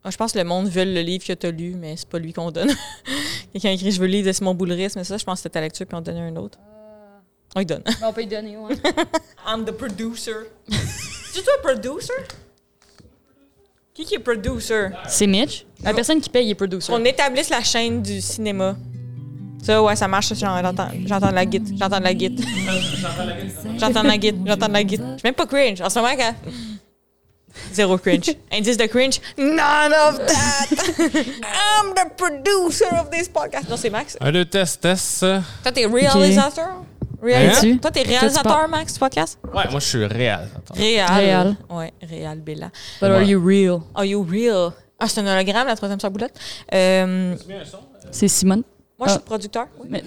Je pense que le monde veut le livre que tu as lu, mais c'est pas lui qu'on donne. Quelqu'un a écrit « Je veux le livre de Simon Boulris », mais ça, je pense que c'était ta lecture, puis on donnait un autre. On y donne. On peut y donner, ouais. I'm the producer. C'est toi producer? Qui est producer? C'est Mitch. La personne qui paye est producer. On établisse la chaîne du cinéma. Ça, ouais, ça marche. J'entends la guitare. J'entends la guitare. Je suis même pas cringe. En ce moment, quand... Zéro cringe. Indice de cringe. None of that! I'm the producer of this podcast. Non, c'est Max. Un, deux, test. Toi, t'es réalisateur? Hein? Toi, t'es réalisateur, Max, du podcast? Ouais, moi, je suis réalisateur. Réal. Ouais, Réal Bella. But are you real? Are you real? Ah, c'est un hologramme, la troisième sœur boulotte. C'est Simone. Moi, je suis producteur. Oui. Mais...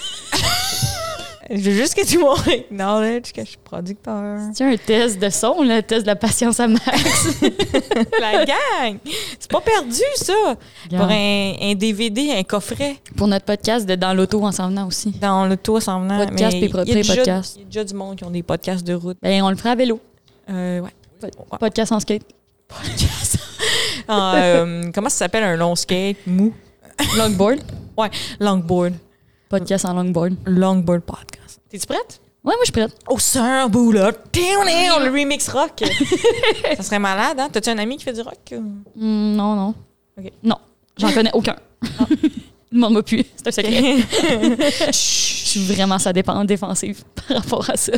Je veux juste que tu m'acknowledge que je suis producteur. C'est un test de son, le test de la patience à Max. La gang! C'est pas perdu, ça! Gang. Pour un DVD, un coffret. Pour notre podcast de Dans l'auto en s'en venant aussi. Dans l'auto, s'en venant. Podcast et podcast. Il y a déjà du monde qui ont des podcasts de route. Ben, on le fera à vélo. Ouais. Podcast en skate. Podcast. Comment ça s'appelle un long skate mou? Longboard. Ouais, longboard. Podcast en longboard. Longboard podcast. T'es-tu prête? Ouais, moi, je suis prête. Oh, sœur boulotte! Le remix rock! Ça serait malade, hein? T'as-tu un ami qui fait du rock? Non. OK. Non, j'en connais aucun. Demande-moi plus, c'est un secret. Je suis vraiment sa défensive par rapport à ça.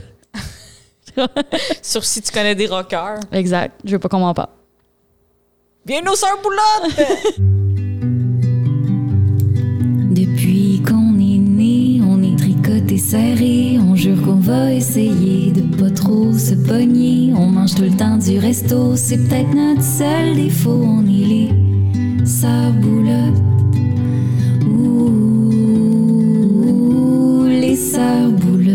Sur si tu connais des rockers. Exact, je veux pas qu'on m'en parle. Bienvenue aux sœurs boulottes! Depuis qu'on est né, on est tricoté serré. On jure qu'on va essayer de pas trop se pogner. On mange tout le temps du resto, c'est peut-être notre seul défaut. On est les sœurs boulottes. Ouh, les sœurs boulottes.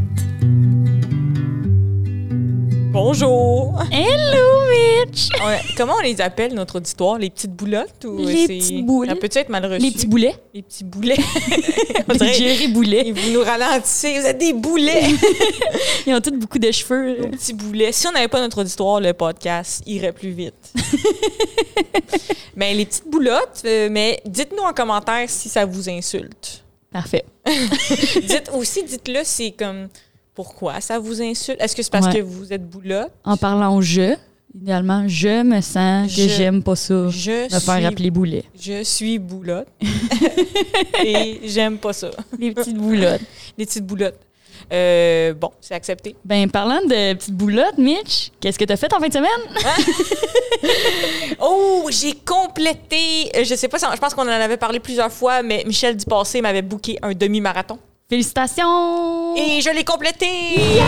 Bonjour! Hello, Mitch! Comment on les appelle, notre auditoire? Les petites boulottes? Ou Les petites boules. Ça peut-tu être mal reçu? Les petits boulets. Les petits boulets. On Les dirait- Jerry boulets. Et vous nous ralentissez. Vous êtes des boulets! Ils ont tous beaucoup de cheveux. Les petits boulets. Si on n'avait pas notre auditoire, le podcast irait plus vite. Mais les petites boulottes, mais dites-nous en commentaire si ça vous insulte. Parfait. Dites-le, c'est comme... Pourquoi ça vous insulte? Est-ce que c'est parce que vous êtes boulotte? En parlant au je, idéalement, je me sens que j'aime pas ça. Me faire appeler boulet. Je suis boulotte. Et j'aime pas ça. Les petites boulottes. Les petites boulottes. Bon, c'est accepté. Ben, parlant de petites boulottes, Mitch, qu'est-ce que t'as fait en fin de semaine? Oh, j'ai complété, je sais pas, je pense qu'on en avait parlé plusieurs fois, mais Michel Dupassé m'avait booké un demi-marathon. Félicitations! Et je l'ai complété! Yes!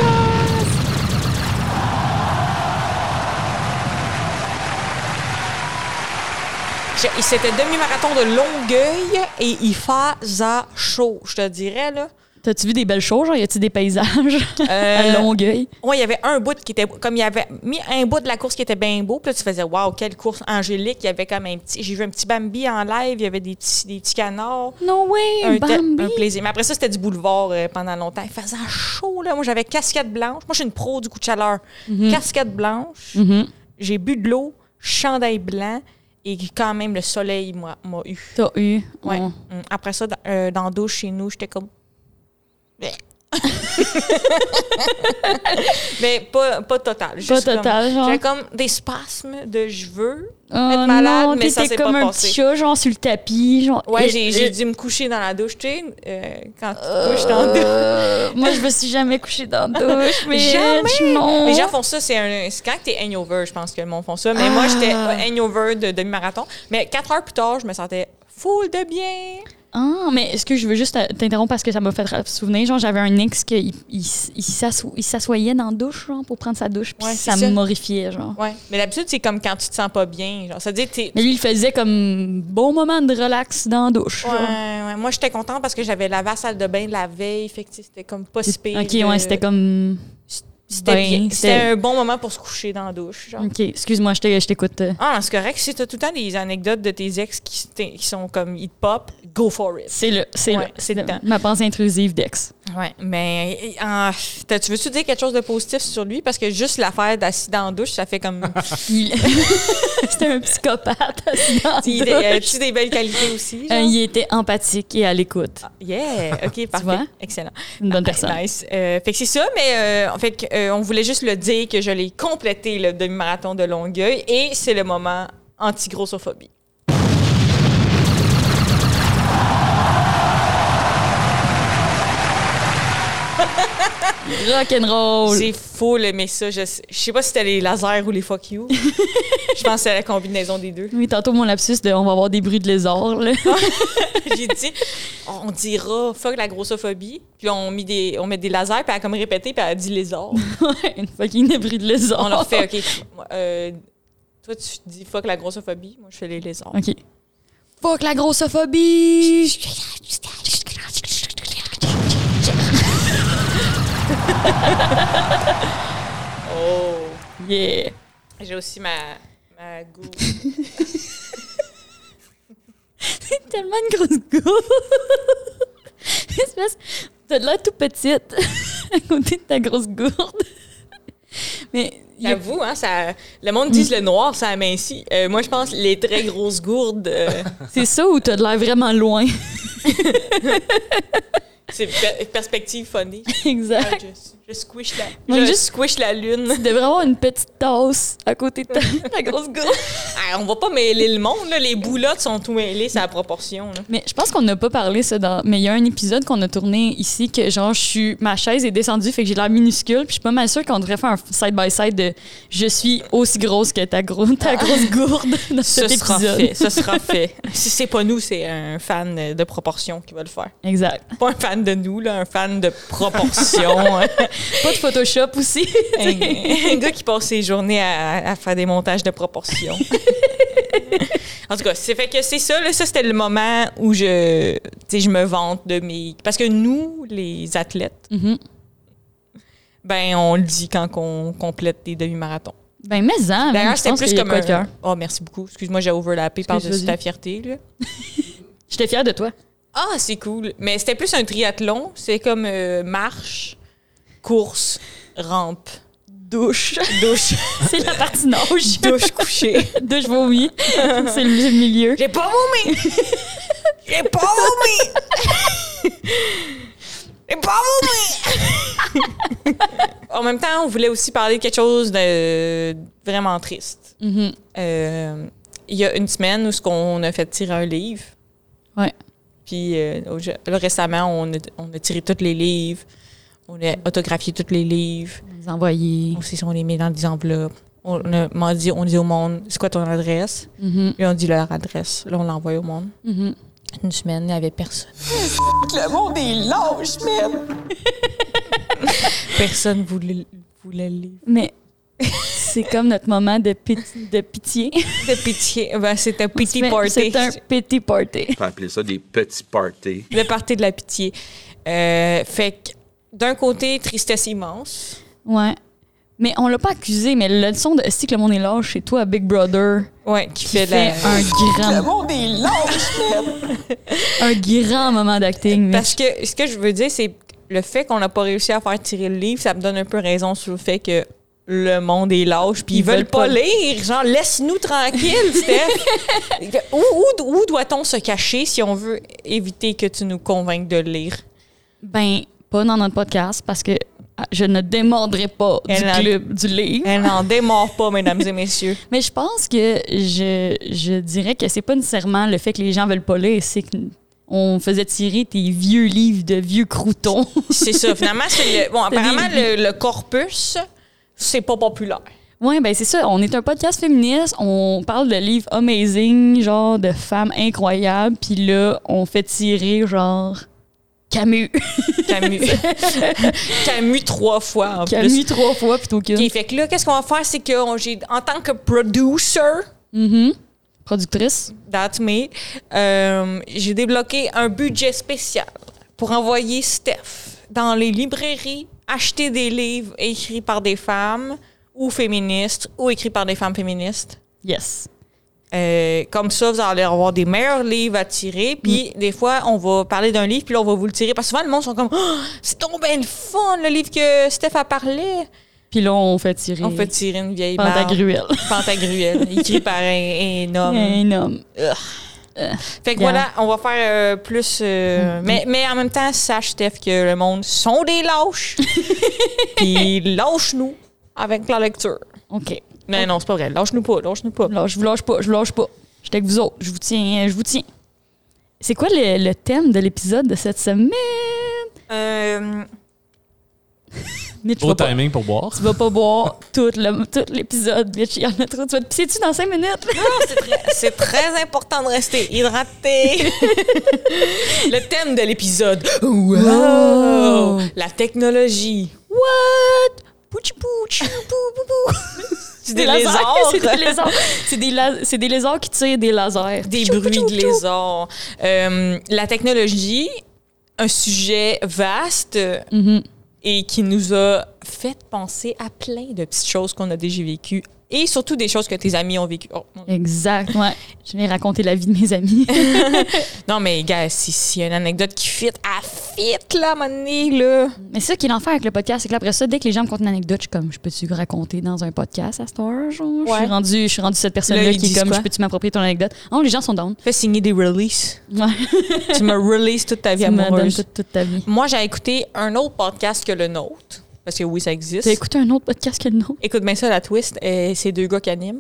C'était demi-marathon de Longueuil et il faisait chaud, je te dirais, là. T'as-tu vu des belles choses? Genre, y a-tu des paysages à Longueuil? Oui, il y avait un bout qui était... Comme il y avait mis un bout de la course qui était bien beau, puis là, tu faisais « Wow, quelle course angélique! » Il y avait comme un petit... J'ai vu un petit Bambi en live, il y avait des petits canards. No way, Bambi! Un plaisir. Mais après ça, c'était du boulevard pendant longtemps. Il faisait chaud, là. Moi, j'avais casquette blanche. Moi, je suis une pro du coup de chaleur. Casquette blanche. J'ai bu de l'eau, chandail blanc. Et quand même, le soleil m'a eu. T'as eu? Ouais. Après ça, dans la douche chez nous, j'étais comme... Mais pas total. Pas total, genre. J'avais comme des spasmes de je veux Oh être malade, non, mais ça s'est pas comme un passé. petit chat, genre sur le tapis. Genre, Ouais, j'ai dû me coucher dans la douche, tu sais, quand tu te couches dans la douche. Moi, je me suis jamais couchée dans la douche, mais Jamais! non. Les gens font ça, c'est quand t'es hangover, je pense que le monde font ça. Mais moi, j'étais hangover de demi-marathon. Mais 4 heures plus tard, je me sentais full de bien. Ah, mais est-ce que je veux juste t'interrompre parce que ça m'a fait souvenir. Genre, j'avais un ex qui il s'assoyait dans la douche, genre, pour prendre sa douche, puis ça m'horrifiait, genre. Ouais, mais d'habitude, c'est comme quand tu te sens pas bien. Genre, ça veut dire que mais lui, il faisait comme bon moment de relax dans la douche. Ouais. Moi, j'étais contente parce que j'avais lavé la salle de bain de la veille. Fait que c'était comme pas si pire. OK, ouais, c'était comme... C'était bien. C'était un bon moment pour se coucher dans la douche. Genre. OK, excuse-moi, je t'écoute. Ah, c'est correct. Si t'as tout le temps des anecdotes de tes ex qui sont comme, ils te pop, go for it. C'est le le temps. Ma pensée intrusive d'ex. Ouais, mais tu veux-tu dire quelque chose de positif sur lui? Parce que juste l'affaire d'assis dans la douche, ça fait comme... C'était un psychopathe assis dans la douche. As-tu des belles qualités aussi? Il était empathique et à l'écoute. Yeah! OK, parfait. Excellent. Une bonne personne. Nice. Fait que c'est ça, mais en fait, on voulait juste le dire que je l'ai complété, le demi-marathon de Longueuil, et c'est le moment anti-grossophobie. Rock'n'roll. C'est fou, mais ça, je sais pas si c'était les lasers ou les fuck you. Je pense que c'est la combinaison des deux. Oui, tantôt, mon lapsus de « on va avoir des bruits de lézard », là. J'ai dit, on dira fuck la grossophobie, puis on met des lasers, puis elle a comme répété, puis elle a dit lézard. Ouais, une fucking bruit de lézard. On leur fait, OK, toi, tu dis fuck la grossophobie, moi, je fais les lézards. OK. Fuck la grossophobie! Oh! Yeah! J'ai aussi ma gourde. C'est tellement une grosse gourde! C'est parce que t'as de l'air tout petite à côté de ta grosse gourde. Mais j'avoue, hein, le monde dit le noir, ça amincit. Moi, je pense les très grosses gourdes. C'est ça ou t'as de l'air vraiment loin? C'est perspective funny. Exact. Je squish squish la lune. Tu devrais avoir une petite tasse à côté de ta grosse gourde. On va pas mêler le monde, là. Les boulottes sont tout mêlées, c'est la proportion. Là. Mais je pense qu'on n'a pas parlé ça mais il y a un épisode qu'on a tourné ici que genre ma chaise est descendue, fait que j'ai l'air minuscule, puis je suis pas mal sûre qu'on devrait faire un side-by-side de je suis aussi grosse que ta grosse gourde dans cet épisode. Ça sera fait. Si c'est pas nous, c'est un fan de proportion qui va le faire. Exact. Pas un fan de nous, là, un fan de proportion. Pas de Photoshop aussi. Un gars qui passe ses journées à faire des montages de proportion. En tout cas, c'est fait que c'est ça. Là, ça, c'était le moment où je me vante de mes... Parce que nous, les athlètes, ben on le dit quand on complète des demi-marathons. Ben, mais ça. D'ailleurs, c'était plus comme un... Oh, merci beaucoup. Excuse-moi, j'ai overlappé par-dessus ta fierté, là. J'étais fière de toi. Ah, c'est cool. Mais c'était plus un triathlon. C'est comme marche, course, rampe. Douche. C'est la partie nage. Douche couchée. Douche vomi. C'est le milieu. J'ai pas vomi! J'ai pas vomi! En même temps, on voulait aussi parler de quelque chose de vraiment triste. Il y a une semaine où on a fait tirer un livre. Ouais. Puis là, récemment, on a tiré tous les livres. On a autographié tous les livres. On les a envoyés. On les met dans des enveloppes. On dit au monde, c'est quoi ton adresse? Puis on dit leur adresse. Là, on l'envoie au monde. Une semaine, il n'y avait personne. Le monde est lâche, même! Personne voulait le livre. Mais c'est comme notre moment de pitié. De pitié. Ben, c'est un petit party. C'est un petit party. On peut appeler ça des petits parties. Le party de la pitié. Fait que, d'un côté, tristesse immense. Ouais. Mais on l'a pas accusé, mais la leçon de est-ce que le monde est lâche, c'est toi, Big Brother. Ouais, qui fait un grand... Le monde est lâche, même! Un grand moment d'acting. Parce que ce que je veux dire, c'est le fait qu'on n'a pas réussi à faire tirer le livre, ça me donne un peu raison sur le fait que le monde est lâche, puis ils veulent pas lire. Genre, laisse-nous tranquille, Steph. Où doit-on se cacher si on veut éviter que tu nous convainques de lire? Ben, pas dans notre podcast, parce que je ne démordrai pas du livre. Elle n'en démord pas, mesdames et messieurs. Mais je pense que je dirais que c'est pas nécessairement le fait que les gens veulent pas lire, c'est qu'on faisait tirer tes vieux livres de vieux croutons. C'est ça. Finalement, apparemment, le corpus, c'est pas populaire. Oui, ben c'est ça. On est un podcast féministe. On parle de livres amazing, genre de femmes incroyables. Puis là, on fait tirer, genre... Camus 3 fois en Camus plus. 3 fois plutôt qu'une. Okay, fait que là, qu'est-ce qu'on va faire, c'est que en tant que producer, productrice, that's me, j'ai débloqué un budget spécial pour envoyer Steph dans les librairies acheter des livres écrits par des femmes ou féministes ou écrits par des femmes féministes. Yes. Comme ça, vous allez avoir des meilleurs livres à tirer. Puis des fois, on va parler d'un livre, puis là, on va vous le tirer. Parce que souvent, le monde sont comme oh, c'est donc bien le fun, le livre que Steph a parlé. Puis là, on fait tirer. On fait tirer une vieille barbe. Pantagruel. Écrit par un homme. Un homme. Fait que voilà, on va faire plus... mais en même temps, sache, Steph, que le monde sont des lâches. Puis lâche-nous avec la lecture. OK. Mais non, c'est pas vrai. Lâche-nous pas. Je vous lâche pas. Je suis avec vous autres. Je vous tiens. C'est quoi le thème de l'épisode de cette semaine? Mitch, Beau timing pour boire. Tu vas pas boire tout l'épisode, Mitch. Il y en a trop. Tu vas te pisser dessus dans 5 minutes. Non, c'est très important de rester hydraté. Le thème de l'épisode. Wow! La technologie. What? Pouch. C'est des lézards. C'est des lézards qui tirent des lasers. Des bruits de lézards. La technologie, un sujet vaste et qui nous a fait penser à plein de petites choses qu'on a déjà vécues et surtout des choses que tes amis ont vécues. Oh. Exact, ouais. Je viens raconter la vie de mes amis. Non, mais gars, s'il y a une anecdote qui fit, elle fit, là, à un moment donné, là. Mais c'est ça qui est l'enfer avec le podcast, c'est que après ça, dès que les gens me content une anecdote, je suis comme, je peux-tu raconter dans un podcast à cette heure, genre? Ouais. Je suis rendue cette personne-là là, qui est comme, quoi? je peux-tu m'approprier ton anecdote? Non, les gens sont down. Fais signer des releases. Ouais. Tu me releases toute ta vie amoureuse. Tu me donnes toute ta vie. Moi, j'ai écouté un autre podcast que le nôtre. Parce que oui, ça existe. T'as écouté un autre podcast que le nôtre? Écoute bien ça, la twist. C'est 2 gars qui animent.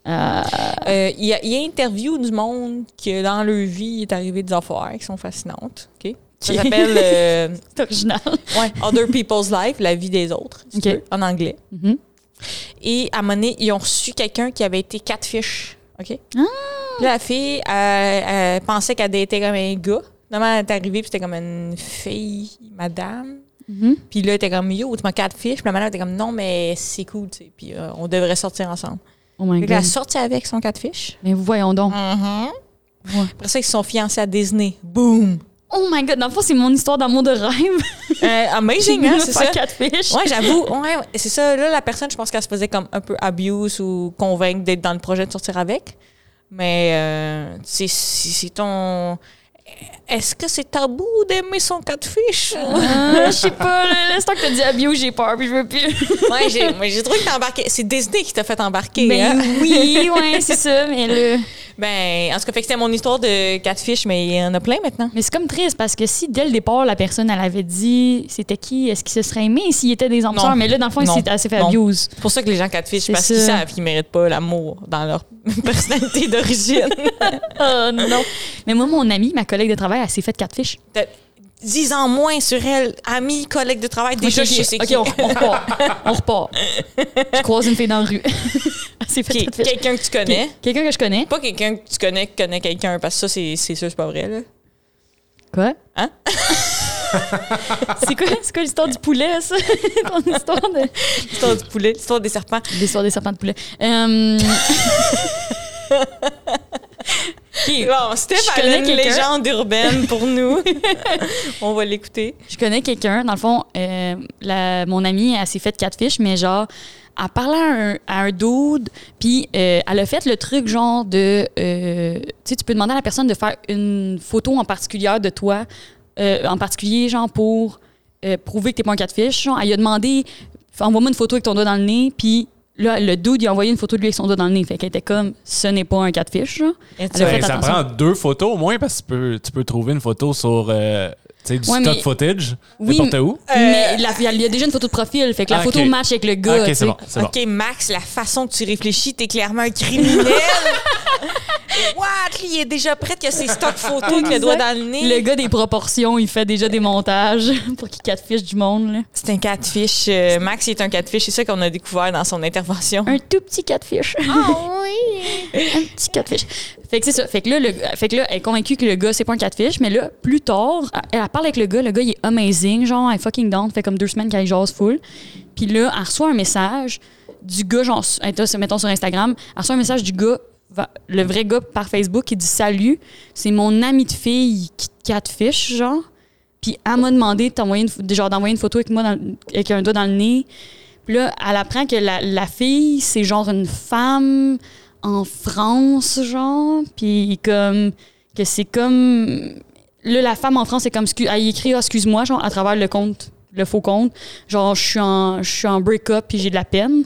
Il y a interview du monde que dans leur vie est arrivé des affaires qui sont fascinantes. OK? Ça s'appelle c'est original. Ouais, Other People's Life, la vie des autres, si tu veux, en anglais. Mm-hmm. Et à un moment donné, ils ont reçu quelqu'un qui avait été catfish. OK? Ah! Puis la fille, elle pensait qu'elle était comme un gars. Finalement, elle est arrivée, puis c'était comme une fille, madame. Mm-hmm. Puis là, elle était comme, yo, tu m'as catfish. Puis la madame était comme, non, mais c'est cool, tu sais. Puis on devrait sortir ensemble. Oh my God. Elle a sorti avec son catfish. Mais voyons donc. Ouais. Après ça, ils se sont fiancés à Disney. Boom! Oh my God, dans le fond, c'est mon histoire d'amour de rêve. Amazing, hein, c'est ça? Catfish. Ouais, j'avoue. Ouais, c'est ça. Là, la personne, je pense qu'elle se faisait comme un peu abuse ou convaincre d'être dans le projet de sortir avec. Mais c'est ton... Est-ce que c'est tabou d'aimer son catfish? Je sais pas. L'instant que t'as dit abuse, j'ai peur puis je veux plus. Ouais, j'ai trouvé que t'as embarqué. C'est Disney qui t'a fait embarquer. Ben hein? oui, ouais, c'est ça. Mais là... Ben, en tout cas, fait que c'était mon histoire de catfish, mais il y en a plein maintenant. Mais c'est comme triste parce que si dès le départ, la personne, elle avait dit c'était qui, est-ce qu'il se serait aimé s'il était des âmes sœurs? Mais là, dans le fond, il s'est assez fait abuse. C'est pour ça que les gens catfish, C'est parce ça. qu'ils savent qu'ils méritent pas l'amour dans leur personnalité d'origine. Oh non. Mais moi, mon amie, ma collègue de travail, elle s'est fait catfish. 10 ans moins sur elle, amie, collègue de travail, déjà je sais qui. OK, on repart. Je croise une fille dans la rue. Elle s'est fait catfish. Quelqu'un que tu connais. Quelqu'un que je connais. Pas quelqu'un que tu connais qui connaît quelqu'un, parce que ça, c'est sûr, c'est pas vrai, là. Quoi? Hein? C'est quoi l'histoire du poulet, ça? Ton histoire de... L'histoire du poulet, l'histoire des serpents. L'histoire des serpents de poulet. Okay. Bon, Steph a une légende urbaine pour nous. On va l'écouter. Je connais quelqu'un, dans le fond, mon amie, elle s'est fait catfish, mais genre, elle parlait à un dude, puis elle a fait le truc genre de... tu sais, tu peux demander à la personne de faire une photo en particulier de toi, en particulier, genre, pour prouver que t'es pas un catfish. Genre, elle lui a demandé, envoie-moi une photo avec ton doigt dans le nez, puis... Là, le dude, il a envoyé une photo de lui avec son doigt dans le nez. Fait qu'elle était comme, ce n'est pas un catfish. Genre. Ça prend 2 photos au moins parce que tu peux trouver une photo sur du stock footage. Oui, n'importe où. Mais il y a déjà une photo de profil. Fait que la photo match avec le gars. OK, c'est bon. OK, Max, la façon que tu réfléchis, t'es clairement un criminel. What? Il est déjà prêt, il a ses stock photos avec le doigt dans le nez. Le gars des proportions, il fait déjà des montages pour qu'il catfish du monde. Là. C'est un catfish. Max, il est un catfish. C'est ça qu'on a découvert dans son intervention. Un tout petit catfish. Ah oui! Un petit catfish. Fait que c'est ça. Fait que là, elle est convaincue que le gars, c'est pas un catfish. Mais là, plus tard, elle parle avec le gars. Le gars, il est amazing. Genre, elle est fucking down. Fait comme 2 semaines qu'elle jase full. Puis là, elle reçoit un message du gars, genre, mettons sur Instagram. Elle reçoit un message du gars, le vrai gars par Facebook, qui dit « Salut, c'est mon ami de fille qui te catfish, genre. » Puis elle m'a demandé d'envoyer une photo avec moi avec un doigt dans le nez. Puis là, elle apprend que la fille, c'est genre une femme en France, genre, puis comme que c'est comme là la femme en France c'est comme elle écrit excuse-moi genre à travers le faux compte, genre je suis en break-up puis j'ai de la peine.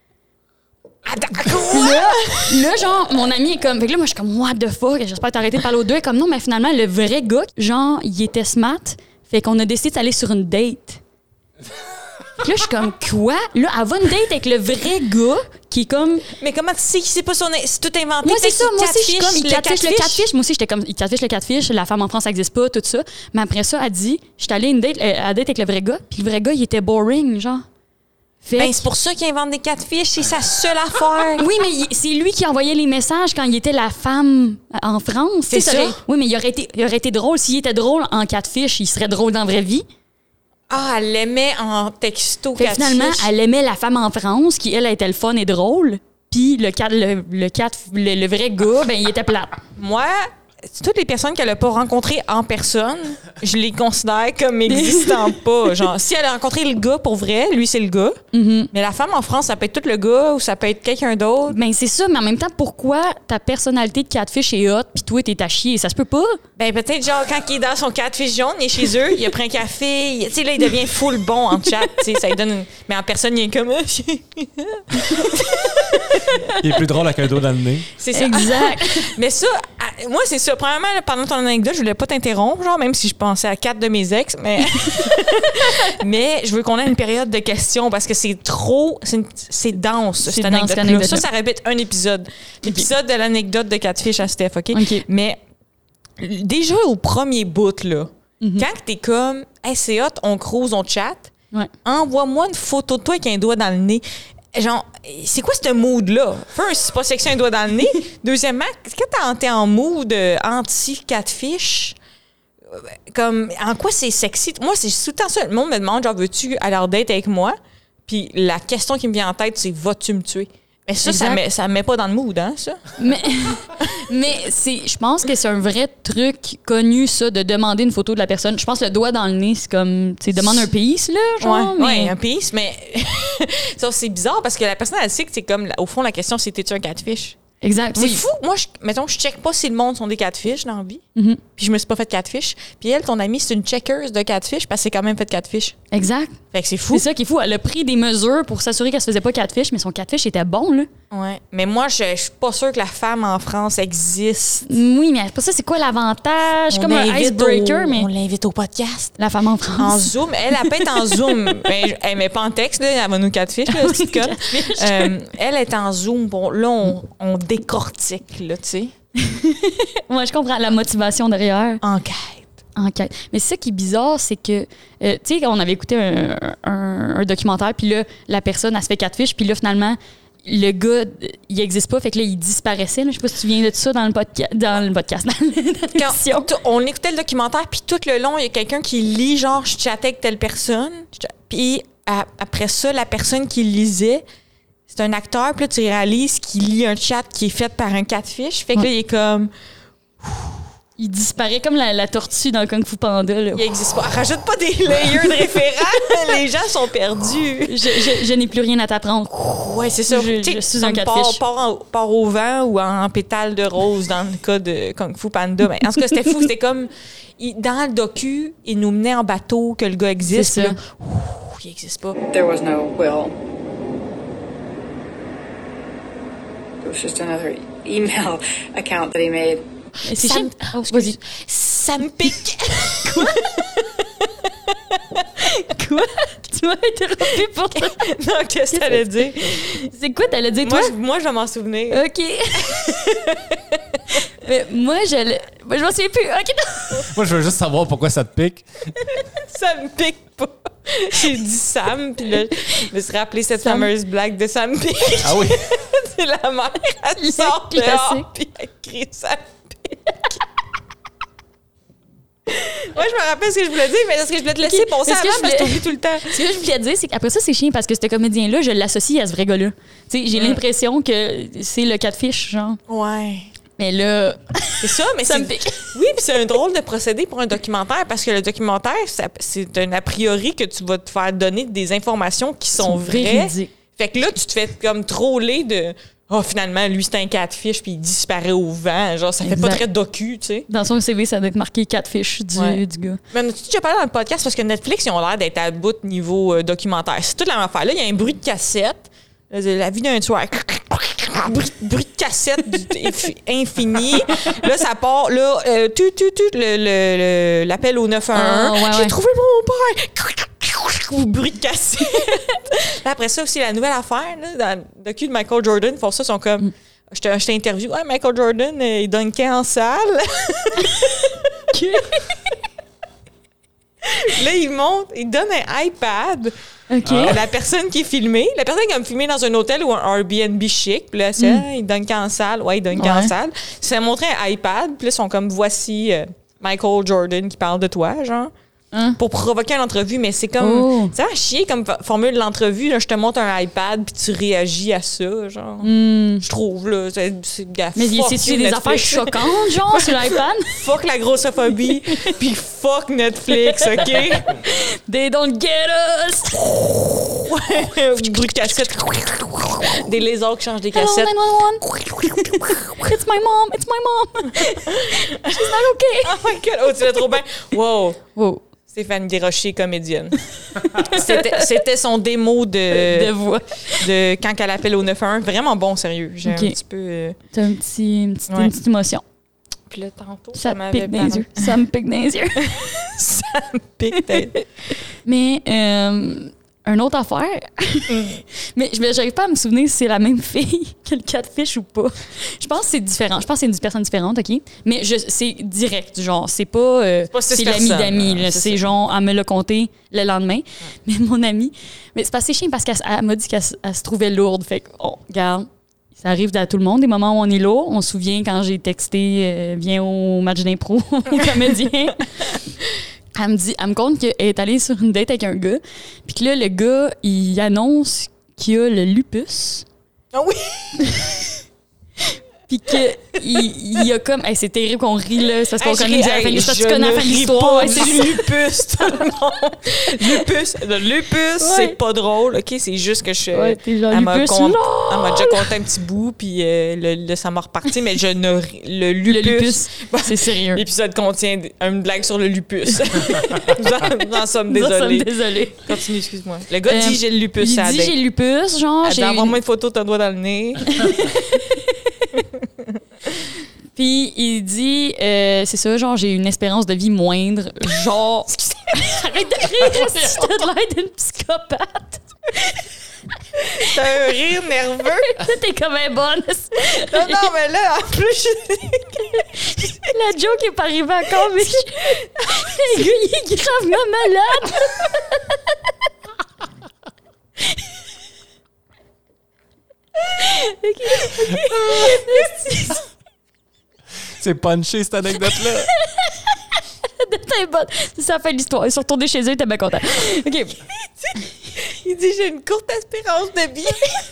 Là, genre, mon ami est comme... Fait que là, moi, je suis comme, what the fuck? J'espère t'arrêter de parler aux deux. Elle est comme, non, mais finalement, le vrai gars, genre, il était smart. Fait qu'on a décidé d'aller sur une date. Là, je suis comme, quoi? Là, elle va une date avec le vrai gars qui est comme... Mais comment tu sais qu'il c'est pas son... C'est tout inventé? Moi, c'est ça. Moi aussi, je suis comme, il catfish catfish le catfish. Moi aussi, j'étais comme, il catfish le catfish. La femme en France, ça n'existe pas, tout ça. Mais après ça, elle dit, j'étais allée à date avec le vrai gars. Puis le vrai gars, il était boring, genre. Ben, c'est pour ça qu'il invente des catfish, c'est sa seule affaire. Oui, mais c'est lui qui envoyait les messages quand il était la femme en France. C'est ça? Oui, mais il aurait été drôle. S'il était drôle en catfish, il serait drôle dans la vraie vie. Ah, elle l'aimait en texto catfish. Finalement, elle aimait la femme en France, qui, elle, était le fun et drôle. Puis le vrai gars, ben, il était plate. Moi, toutes les personnes qu'elle n'a pas rencontrées en personne, je les considère comme n'existant pas. Genre, si elle a rencontré le gars pour vrai, lui, c'est le gars. Mm-hmm. Mais la femme en France, ça peut être tout le gars ou ça peut être quelqu'un d'autre. Ben, c'est ça, mais en même temps, pourquoi ta personnalité de catfish est hot puis toi, t'es à chier? Ça se peut pas? Ben, peut-être, genre, quand il est dans son catfish jaune, il est chez eux, il a pris un café, tu sais, là, il devient full bon en chat, tu sais, ça lui donne mais en personne, il est comme... Il est plus drôle avec un dos dans le nez. C'est ça. Exact. Mais ça, moi, c'est ça. Premièrement, pendant ton anecdote, je voulais pas t'interrompre, genre, même si je pensais à 4 de mes ex, mais... mais je veux qu'on ait une période de questions parce que c'est trop... C'est dense, cette anecdote-là. Ça répète un épisode. L'épisode de l'anecdote de catfish à Steph, OK? Mais déjà, au premier bout, là, quand t'es comme, hey, c'est hot, on cruise, on chatte, envoie-moi une photo de toi avec un doigt dans le nez. Genre, c'est quoi ce mood-là? First, c'est pas sexy un doigt dans le nez. Deuxièmement, quand t'es en mood anti-catfish, comme, en quoi c'est sexy? Moi, c'est tout le temps ça. Le monde me demande, genre, veux-tu aller en date avec moi? Puis la question qui me vient en tête, c'est, vas-tu me tuer? Mais ça me met pas dans le mood, hein, ça? Mais je pense que c'est un vrai truc connu, ça, de demander une photo de la personne. Je pense que le doigt dans le nez, c'est comme, tu sais, demande un piece, là, genre. Ouais, un piece, mais ça, c'est bizarre parce que la personne, elle sait que c'est comme, au fond, la question, c'est, t'es-tu un catfish? Exact. C'est fou. Moi, mettons, je check pas si le monde sont des catfish dans la vie. Puis je me suis pas fait catfish. Puis elle, ton amie, c'est une checkeuse de catfish parce que c'est quand même fait catfish. Exact. Fait que c'est fou. C'est ça qui est fou. Elle a pris des mesures pour s'assurer qu'elle se faisait pas catfish, mais son catfish était bon, là. Ouais. Mais moi, je suis pas sûre que la femme en France existe. Oui, mais pour ça, c'est quoi l'avantage? Comme un icebreaker, mais... On l'invite au podcast. La femme en France. En Zoom. Elle peut être en Zoom. Elle met pas en texte, là. Elle va nous catfish, là, petite conne. Elle est en Zoom. Bon, là, on décortique, là, tu sais. Moi, je comprends la motivation derrière. Enquête. Mais c'est ça qui est bizarre, c'est que, tu sais, on avait écouté un documentaire, puis là, la personne, elle se fait catfish, puis là, finalement, le gars, il n'existe pas, fait que là, il disparaissait. Là. Je sais pas si tu viens de ça dans le podcast, dans l'émission. On écoutait le documentaire, puis tout le long, il y a quelqu'un qui lit, genre, je chattais avec telle personne, puis après ça, la personne qui lisait, c'est un acteur, puis là, tu réalises qu'il lit un chat qui est fait par un catfish. Fait que là, il est comme... Il disparaît comme la tortue dans Kung Fu Panda. Là. Il existe pas. Rajoute pas des layers de référents. Les gens sont perdus. Je n'ai plus rien à t'apprendre. Ouais, c'est ça. Je suis un catfish. Part au vent ou en pétale de rose dans le cas de Kung Fu Panda. Mais en tout cas, c'était fou. C'était comme... dans le docu, il nous menait en bateau que le gars existe. C'est ça. Là, il existe pas. There was no will. It was just another email account that he made. C'est chiant. Oh, vas-y. Ça me pique. Quoi? Quoi? Tu m'as interrompu pour ça. Non, qu'est-ce que t'allais dire? C'est quoi t'allais dire, toi? Moi, je vais m'en souvenir. OK. Mais moi, je m'en souviens plus. OK, non. Moi, je veux juste savoir pourquoi ça te pique. Ça me pique pas. J'ai dit Sam, puis là, je me suis rappelé cette fameuse blague de Sam pique. Ah oui? C'est la mère, elle sort dehors, puis elle crie Sam pique. Moi, je me rappelle ce que je voulais dire, mais est-ce que je voulais te laisser penser avant parce que t'oublies tout le temps. Ce que je voulais dire, c'est qu'après ça, c'est chiant parce que ce comédien-là, je l'associe à ce vrai gars-là. Tu sais, j'ai l'impression que c'est le catfish, genre. Ouais. Mais là... C'est ça, mais ça me pique. Oui, puis c'est un drôle de procédé pour un documentaire parce que le documentaire, c'est un a priori que tu vas te faire donner des informations qui sont vraies. Véridiques. Fait que là, tu te fais comme troller de... finalement, lui, c'est un catfish, puis il disparaît au vent. Genre, ça fait pas très docu, tu sais. Dans son CV, ça doit être marqué catfish du gars. Mais on a-tu déjà parlé dans le podcast parce que Netflix, ils ont l'air d'être à bout de niveau documentaire. C'est toute la même affaire. Là, il y a un bruit de cassette. La vie d'un tueur. Bruit de cassette infini. Là, ça part. Là, l'appel au 911. J'ai trouvé mon père. Bruit de cassette. Là, après ça aussi, la nouvelle affaire, là, dans le docu de Michael Jordan, ils font ça, ils sont comme... Je t'interview. Ouais, Michael Jordan, il dunkait en salle. Là, il donne un iPad à la personne qui est filmée. La personne qui a filmé dans un hôtel ou un Airbnb chic. Puis là, il dunkait en salle. Ouais, il dunkait en salle. Ça montré un iPad. Puis là, ils sont comme, voici Michael Jordan qui parle de toi, genre. Pour provoquer une entrevue, mais c'est comme... Ça va chier comme formule de l'entrevue. Là, je te montre un iPad puis tu réagis à ça, genre. Je trouve, là. C'est mais c'est-tu des affaires choquantes, genre, sur l'iPad? Fuck la grossophobie puis fuck Netflix, OK? They don't get us! Du bruit de cassette. Des lézards qui changent des cassettes. Hello, 911. It's my mom. She's not okay. Oh my God. Oh, tu l'as trop bien. Wow. Stéphane Desrochers, comédienne. C'était son démo de voix. De quand elle appelle au 911. Vraiment bon, sérieux. J'ai un petit peu... T'as une petite émotion. Puis là, tantôt, ça me pique dans les yeux. Ça me pique dans les yeux. Ça me pique dans les yeux. Mais... une autre affaire. Mais j'arrive pas à me souvenir si c'est la même fille que le catfish ou pas. Je pense que c'est différent. Je pense que c'est une personne différente, OK? Mais c'est direct, genre. C'est pas c'est l'ami d'amis. C'est genre, elle me l'a conté le lendemain. Mais mon amie... Mais c'est pas assez chiant parce qu'elle m'a dit qu'elle se trouvait lourde. Fait que, regarde, ça arrive à tout le monde, des moments où on est lourd. On se souvient quand j'ai texté « Viens au match d'impro au comédien ». Elle me compte qu'elle est allée sur une date avec un gars, puis que là, le gars, il annonce qu'il a le lupus. Ah oui! Puis qu'il y a comme... Hey, c'est terrible qu'on rit, là. C'est parce qu'on connaît déjà la fin de l'histoire. Tu connais la fin de l'histoire. C'est du lupus, tout le monde. Le lupus, c'est pas drôle, OK? C'est juste que je... Ouais, t'es genre elle lupus, m'a déjà conté un petit bout, puis ça m'a reparti, mais le lupus... c'est sérieux. L'épisode contient une blague sur le lupus. Nous en sommes désolés. Continue, excuse-moi. Le gars dit « J'ai le lupus », il dit « J'ai le lupus », genre... Elle dit « Envoie-moi une photo de ton doigt dans le nez. » Puis il dit, c'est ça, genre, j'ai une espérance de vie moindre. Genre, arrête de rire, si t'as de l'air d'une psychopathe. T'as un rire nerveux. T'es comme un bonne. Non, mais là, en plus, la joke est pas arrivée encore, mais le gars, il est gravement malade. C'est punché, cette anecdote-là. T'es bonne. C'est ça, la fin de l'histoire. Ils sont retournés chez eux, ils étaient bien contents. OK. Il dit, j'ai une courte espérance de vie.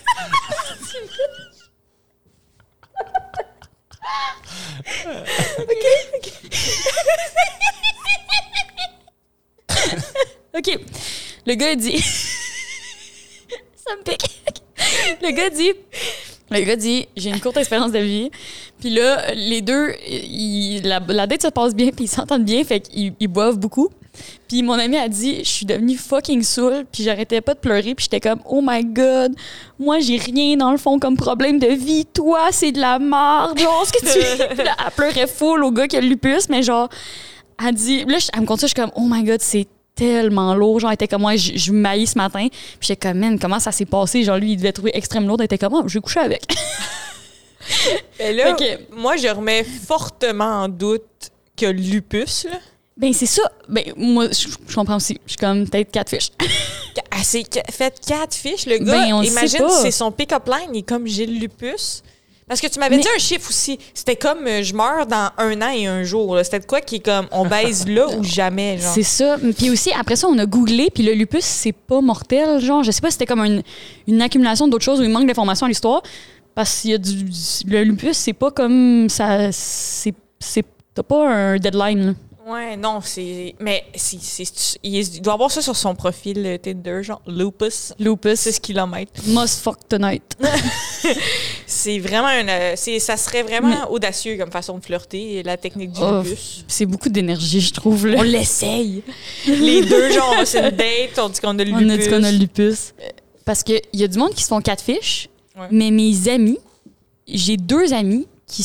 OK. Le gars dit... Ça me pique. Le gars dit, j'ai une courte espérance de vie. Puis là, les deux, la date se passe bien, puis ils s'entendent bien, fait qu'ils boivent beaucoup. Puis mon ami a dit, je suis devenue fucking saoule, puis j'arrêtais pas de pleurer, puis j'étais comme, oh my God, moi j'ai rien dans le fond comme problème de vie, toi c'est de la merde, genre ce que tu... Puis là, elle pleurait full au gars qui a le lupus, mais genre, elle dit, là, elle me compte ça, je suis comme, oh my God, c'est tellement lourd. Genre, elle était comme moi, je maillis ce matin. Puis j'étais comme, man, comment ça s'est passé? Genre, lui, il devait trouver extrêmement lourd. Elle était comme, je vais coucher avec. Et là, moi, je remets fortement en doute que le lupus, là. Ben, c'est ça. Ben, moi, je comprends aussi. Je suis comme, peut-être catfish. Elle s'est fait catfish, le gars. Ben, imagine, c'est son pick-up line. Il est comme, j'ai le lupus. Parce que tu m'avais dit un chiffre aussi. C'était comme je meurs dans 1 an et 1 jour. Là. C'était de quoi qui est comme on baise là ou jamais, genre. C'est ça. Puis aussi, après ça, on a googlé, puis le lupus, c'est pas mortel, genre. Je sais pas si c'était comme une accumulation d'autres choses où il manque d'informations à l'histoire. Parce qu'il y a le lupus, c'est pas comme ça. T'as pas un deadline, là. Ouais, non, mais il doit avoir ça sur son profil Tinder, genre lupus. 6 kilomètres. Must fuck tonight. C'est vraiment ça serait vraiment audacieux comme façon de flirter, la technique du lupus. C'est beaucoup d'énergie, je trouve. Là. On l'essaye. Les deux, genre, c'est une date, on dit qu'on a le lupus. On a dit qu'on a le lupus. Parce qu'il y a du monde qui se font catfish, Ouais. mais mes amis, j'ai 2 amis qui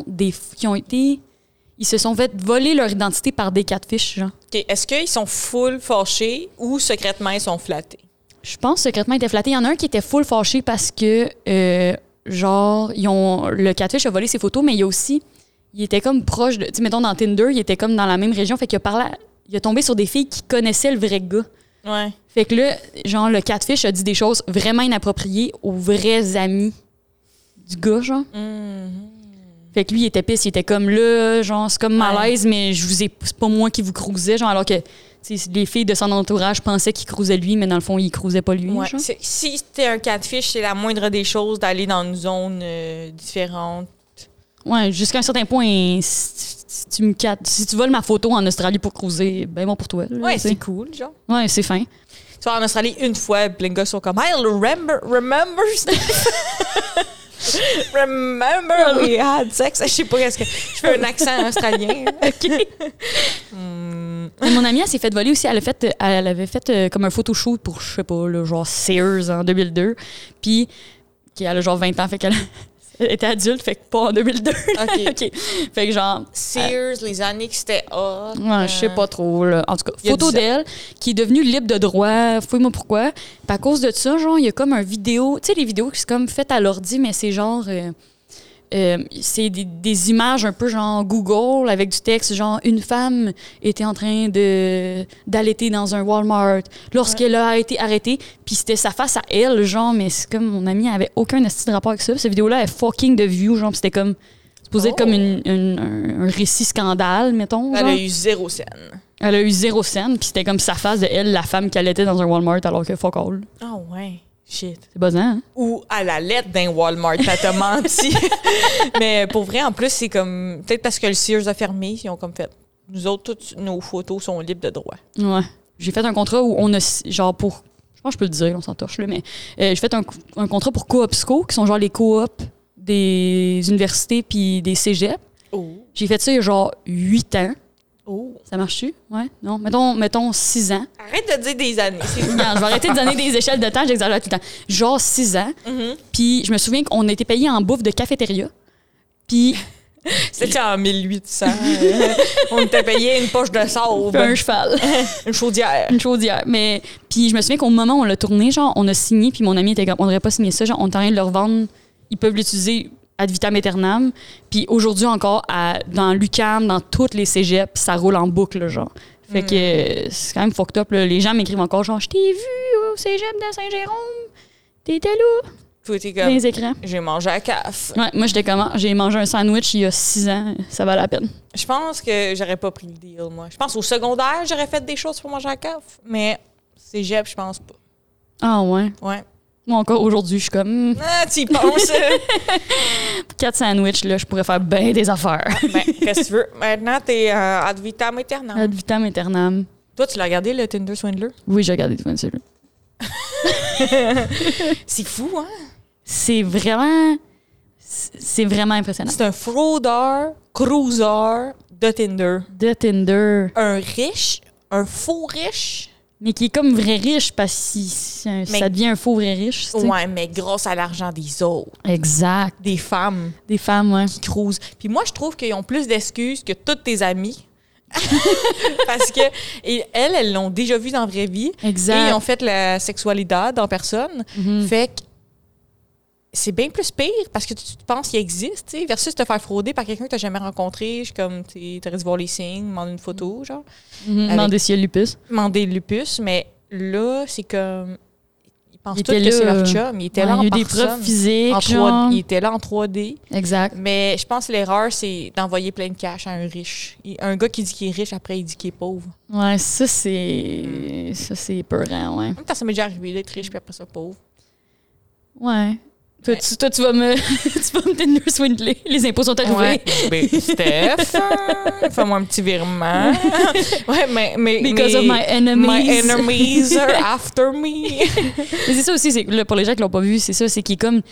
se sont fait voler leur identité par des catfish, genre. OK. Est-ce qu'ils sont full fâchés ou secrètement ils sont flattés? Je pense secrètement, ils étaient flattés. Il y en a un qui était full fâché parce que, le catfish a volé ses photos, mais il était comme proche de, tu sais, mettons dans Tinder, il était comme dans la même région, fait qu'il il a tombé sur des filles qui connaissaient le vrai gars. Ouais. Fait que là, genre, le catfish a dit des choses vraiment inappropriées aux vrais amis du gars, genre. Fait que lui, il était pisse, il était comme là, genre, c'est comme malaise, mais c'est pas moi qui vous cruisais, genre, alors que les filles de son entourage pensaient qu'il cruisait lui, mais dans le fond, il cruisait pas lui. Ouais. Genre. Si c'était un catfish, c'est la moindre des choses d'aller dans une zone différente. Ouais, jusqu'à un certain point, si tu voles ma photo en Australie pour cruiser, ben bon pour toi. Là, Ouais, c'est cool, genre. Ouais, c'est fin. Tu vas en Australie une fois, puis les gars sont comme, I'll remember Steph. Remember we had sex. Je sais pas qu'est-ce que. Je fais un accent australien. OK. Mon amie, elle s'est fait voler aussi. Elle avait fait comme un photoshoot pour, je sais pas, le genre Sears en 2002. Puis, elle a genre 20 ans, fait qu'elle était adulte, fait que pas en 2002. OK. Fait que genre. Sears, les années que c'était hot. Ouais, je sais pas trop. Là. En tout cas, Il y a photo 10 ans. d'elle qui est devenue libre de droit. Fouille-moi pourquoi. Puis à cause de ça, genre, il y a comme un vidéo. Tu sais, les vidéos qui sont comme faites à l'ordi, mais c'est genre. C'est des images un peu genre Google avec du texte, genre une femme était en train d'allaiter dans un Walmart lorsqu'elle a été arrêtée, puis c'était sa face à elle, genre, mais c'est comme mon amie avait aucun esti de rapport avec ça. Cette vidéo-là est fucking de view, genre, puis c'était comme supposé être comme un récit scandale, mettons. Elle genre. a eu 0 scène. Elle a eu 0 scène, puis c'était comme sa face de elle, la femme qui allaitait dans un Walmart alors que fuck all. Ah ouais. Shit. C'est buzzant, hein? Ou à la lettre d'un Walmart, t'as menti. Mais pour vrai, en plus, c'est comme. Peut-être parce que le Sears a fermé, ils ont comme fait. Nous autres, toutes nos photos sont libres de droit. Ouais. J'ai fait un contrat où on a, genre pour. Je pense que je peux le dire, on s'en torche, là, mais j'ai fait un contrat pour Coopsco, qui sont genre les coops des universités puis des cégeps. Oh. J'ai fait ça il y a genre 8 ans. Oh. Ça marche-tu? Ouais? Non? Mettons 6 ans. Arrête de dire des années. Regarde, je vais arrêter de donner des échelles de temps, j'exagère tout le temps. Genre 6 ans. Puis je me souviens qu'on a été payé en bouffe de cafétéria. Puis. C'était en 1800. On était payé une poche de sauve. Un cheval. Une chaudière. Une chaudière. Mais. Puis je me souviens qu'au moment où on l'a tourné, genre, on a signé, puis mon ami était comme, on n'aurait pas signé ça, genre, on est en train de leur vendre, ils peuvent l'utiliser ad vitam aeternam. Puis aujourd'hui encore, dans l'UQAM, dans toutes les cégeps, ça roule en boucle, genre. Fait que c'est quand même fucked up, là. Les gens m'écrivent encore, genre, je t'ai vu au cégep de Saint-Jérôme. T'étais là. Toi, t'es Dans comme. les écrans. J'ai mangé à CAF. Ouais, moi, j'étais comment? J'ai mangé un sandwich il y a 6 ans. Ça valait la peine. Je pense que j'aurais pas pris le deal, moi. Je pense au secondaire, j'aurais fait des choses pour manger à CAF. Mais cégep, je pense pas. Ah ouais. Ouais. Moi, encore aujourd'hui, je suis comme... Ah, tu y penses. 4 sandwichs, là, je pourrais faire bien des affaires. Ben, qu'est-ce que tu veux? Maintenant, t'es ad vitam aeternam. Ad vitam aeternam. Toi, tu l'as regardé, le Tinder Swindler? Oui, j'ai regardé tout le monde. C'est fou, hein? C'est vraiment impressionnant. C'est un fraudeur, cruiser de Tinder. De Tinder. Un riche, un faux riche. Mais qui est comme vrai riche parce que ça devient un faux vrai riche. Tu sais. Ouais, mais grâce à l'argent des autres. Exact. Des femmes Des femmes, ouais. qui cruisent. Puis moi, je trouve qu'ils ont plus d'excuses que toutes tes amies. Parce que elles l'ont déjà vu dans la vraie vie. Exact. Et ils ont fait la sexualité en personne. Fait que c'est bien plus pire parce que tu penses qu'il existe, tu sais, versus te faire frauder par quelqu'un que tu n'as jamais rencontré. Je suis comme, tu aurais dû voir les signes, demander une photo, genre. Demander s'il y a le lupus. Demander le lupus, mais là, c'est comme. Ils pensent Il tous était que c'est là. leur chum. Il était Ouais, là il y a en eu des personne. preuves physiques. En genre. 3D. Il était là en 3D. Exact. Mais je pense que l'erreur, c'est d'envoyer plein de cash à un riche. Un gars qui dit qu'il est riche, après, il dit qu'il est pauvre. Ouais, ça, c'est peurant, ouais. En même temps, ça m'est déjà arrivé d'être riche, puis après ça, pauvre. Ouais. Toi, tu vas me Tinder swindler. Les impôts sont arrivés. Ouais. Ben, Steph, fais-moi un petit virement. Ouais, mais Because of my enemies. My enemies are after me. Mais c'est ça aussi, c'est, là, pour les gens qui l'ont pas vu, c'est ça, c'est qu'il est comme...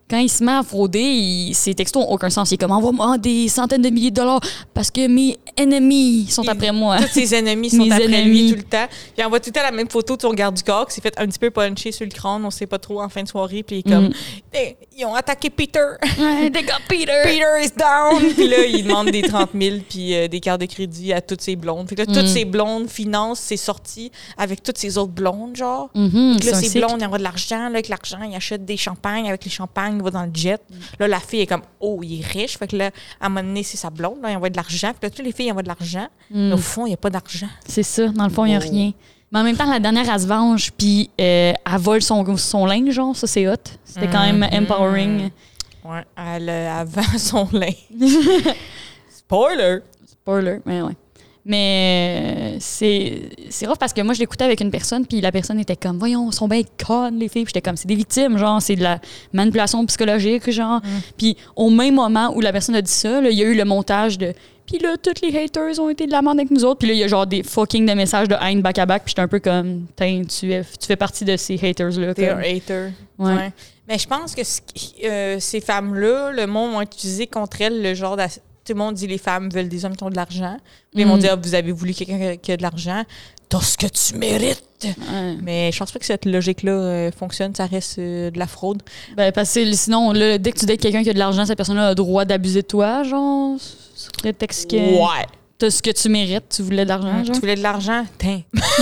quand il se met à frauder, ses textos n'ont aucun sens. Il est comme, envoie-moi des centaines de milliers de dollars parce que mes ennemis sont après moi. Tous ses ennemis sont après lui tout le temps. Puis il envoie tout le temps la même photo de son garde du corps qui s'est fait un petit peu puncher sur le crâne, on sait pas trop, en fin de soirée. Puis il est comme, hey, ils ont attaqué Peter. Ouais, they got Peter. Peter is down. Puis là, il demande des 30 000 puis des cartes de crédit à toutes ses blondes. Fait que là, toutes ses blondes financent ses sorties avec toutes ses autres blondes, genre. Puis là, ses blondes, ils envoient de l'argent. Là, avec l'argent, ils achètent des champagnes. Avec les champagnes, il va dans le jet. Là, la fille est comme, oh, il est riche. Fait que là, à un moment donné, c'est sa blonde. Là, il envoie de l'argent. Puis là, toutes les filles envoient de l'argent. Mais au fond, il n'y a pas d'argent. C'est ça. Dans le fond, il n'y a rien. Mais en même temps, la dernière, elle se venge. Puis elle vole son linge, genre. Ça, c'est hot. C'était quand même empowering. Ouais, elle vend son linge. Spoiler! Spoiler, mais ouais. Mais c'est rough parce que moi, je l'écoutais avec une personne, puis la personne était comme, voyons, ils sont bien connes, les filles. Puis j'étais comme, c'est des victimes, genre, c'est de la manipulation psychologique, genre. Puis au même moment où la personne a dit ça, là, il y a eu le montage de, puis là, tous les haters ont été de la merde avec nous autres. Puis là, il y a genre des fucking de messages de haine back-à-back, puis j'étais un peu comme, tu fais partie de ces haters-là. T'es un hater. Ouais. Mais je pense que ces femmes-là, le monde va utiliser contre elles le genre tout le monde dit les femmes veulent des hommes qui ont de l'argent. Mais ils vont dire, vous avez voulu quelqu'un qui a de l'argent. T'as ce que tu mérites. Mais je pense pas que cette logique-là fonctionne. Ça reste de la fraude. Ben, parce que sinon, là, dès que tu dates quelqu'un qui a de l'argent, cette personne-là a le droit d'abuser de toi, genre, sous prétexte que... Ouais. T'as ce que tu mérites. Tu voulais de l'argent, genre. Tu voulais de l'argent? Tiens.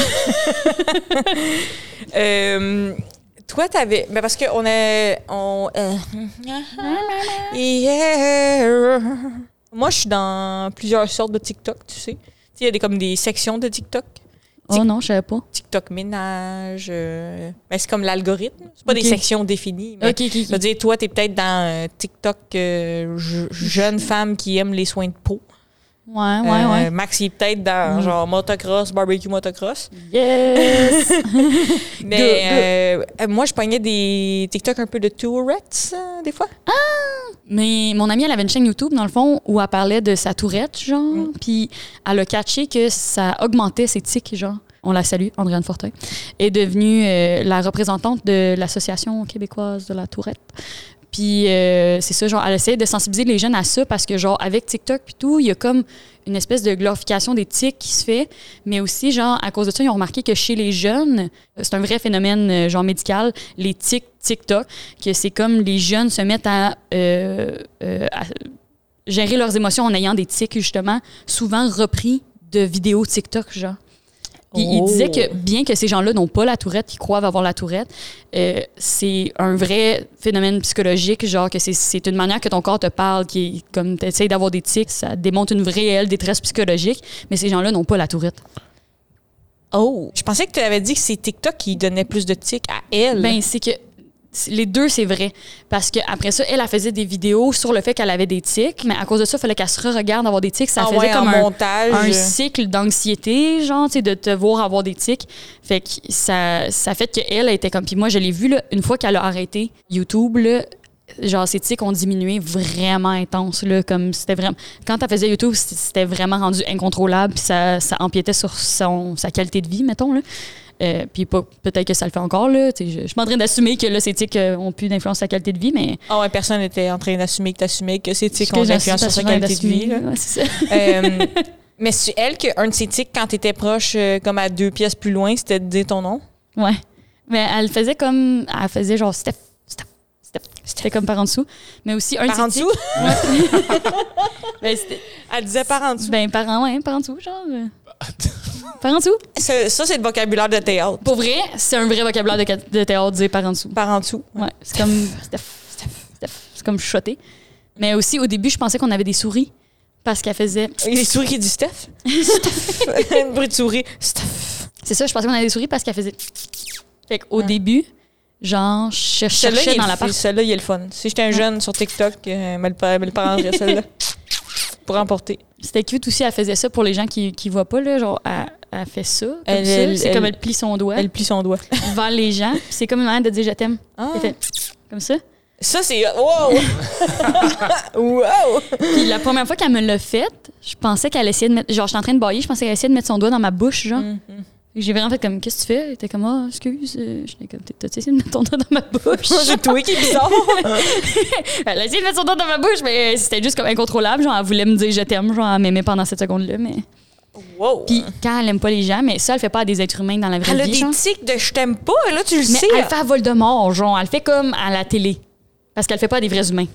Toi, t'avais... Ben parce qu'on a... Moi, je suis dans plusieurs sortes de TikTok, tu sais. Il y a comme des sections de TikTok. Oh non, je savais pas. TikTok ménage. Ben, c'est comme l'algorithme. C'est pas des sections définies. Mais je veux dire, toi, t'es peut-être dans TikTok jeune femme qui aime les soins de peau. Ouais. Max, il est peut-être dans genre motocross, barbecue motocross. Yes! Mais moi, je pognais des TikTok un peu de Tourette's, des fois. Ah! Mais mon amie, elle avait une chaîne YouTube, dans le fond, où elle parlait de sa tourette, genre. Puis elle a catché que ça augmentait ses tics, genre. On la salue, Andréane Fortin, est devenue la représentante de l'Association québécoise de la tourette. Puis c'est ça, genre, elle essaie de sensibiliser les jeunes à ça parce que, genre, avec TikTok et tout, il y a comme une espèce de glorification des tics qui se fait. Mais aussi, genre, à cause de ça, ils ont remarqué que chez les jeunes, c'est un vrai phénomène, genre, médical, les tics TikTok, que c'est comme les jeunes se mettent à gérer leurs émotions en ayant des tics, justement, souvent repris de vidéos TikTok, genre. Puis il disait que bien que ces gens-là n'ont pas la tourette, ils croient avoir la tourette, c'est un vrai phénomène psychologique, genre que c'est une manière que ton corps te parle, qui est comme tu essaies d'avoir des tics, ça démontre une réelle détresse psychologique, mais ces gens-là n'ont pas la tourette. Oh! Je pensais que tu avais dit que c'est TikTok qui donnait plus de tics à elle. Ben c'est que les deux, c'est vrai. Parce qu'après ça, elle faisait des vidéos sur le fait qu'elle avait des tics, mais à cause de ça, il fallait qu'elle se re-regarde avoir des tics. Ça faisait comme un cycle d'anxiété, genre, tu sais, de te voir avoir des tics. Fait que ça fait qu'elle était comme... Puis moi, je l'ai vu, là, une fois qu'elle a arrêté YouTube, là, genre, ses tics ont diminué vraiment intense, là, comme c'était vraiment... Quand elle faisait YouTube, c'était vraiment rendu incontrôlable, puis ça empiétait sur sa qualité de vie, mettons, là. Puis peut-être que ça le fait encore, là. Je suis pas en train d'assumer que là, ces tics ont plus d'influence sur sa qualité de vie, mais... Ah ouais, personne n'était en train d'assumer que t'assumais que ces tics ont de l'influence sur sa qualité de vie. Ouais, c'est ça. Mais c'est elle qu'un de ses tics, quand t'étais proche, comme à 2 pièces plus loin, c'était de dire ton nom? Ouais. Mais elle faisait comme... Elle faisait genre Steph. C'était comme par en dessous. Mais aussi un par en dessous? Ben, elle disait par en dessous. Ben, par en dessous, genre... Par en dessous? Ça, c'est le vocabulaire de théâtre. Pour vrai, c'est un vrai vocabulaire de théâtre, dire par en dessous. Par en dessous. Ouais. C'est comme Steph. C'est comme chuchoter. Mais aussi, au début, je pensais qu'on avait des souris. Parce qu'elle faisait... Des souris qui disent Steph? Steph. Un bruit de souris. Steph. C'est ça, je pensais qu'on avait des souris parce qu'elle faisait... Fait qu'au début... Genre, je cherchais dans la part. Celle-là, il est le fun. Si j'étais un jeune sur TikTok, me le prendrais, celle-là. Pour emporter. C'était cute aussi, elle faisait ça pour les gens qui voient pas, là. Genre, elle fait ça. C'est comme elle plie son doigt. Elle plie son doigt. Vers les gens. Puis c'est comme une manière de dire je t'aime. Ah. Elle fait comme ça. Ça, c'est... Wow! Wow! Puis la première fois qu'elle me l'a fait, je pensais qu'elle essayait de mettre... Genre, j'étais en train de bailler, je pensais qu'elle essayait de mettre son doigt dans ma bouche, genre. J'ai vraiment fait comme, qu'est-ce que tu fais? Elle était comme, ah, excuse. J'étais comme, t'as-tu essayé de mettre ton doigt dans ma bouche? Moi, j'ai trouvé qui est bizarre. Elle a essayé de mettre son doigt dans ma bouche, mais c'était juste comme incontrôlable. Genre, elle voulait me dire je t'aime, genre, elle m'aimait pendant cette seconde-là, mais. Wow. Puis quand elle aime pas les gens, mais ça, elle fait pas à des êtres humains dans la vraie Elle a vie. des genre. tics de je t'aime pas, là, tu le Mais sais. elle fait à Voldemort, genre, elle fait comme à la télé. Parce qu'elle fait pas à des vrais humains.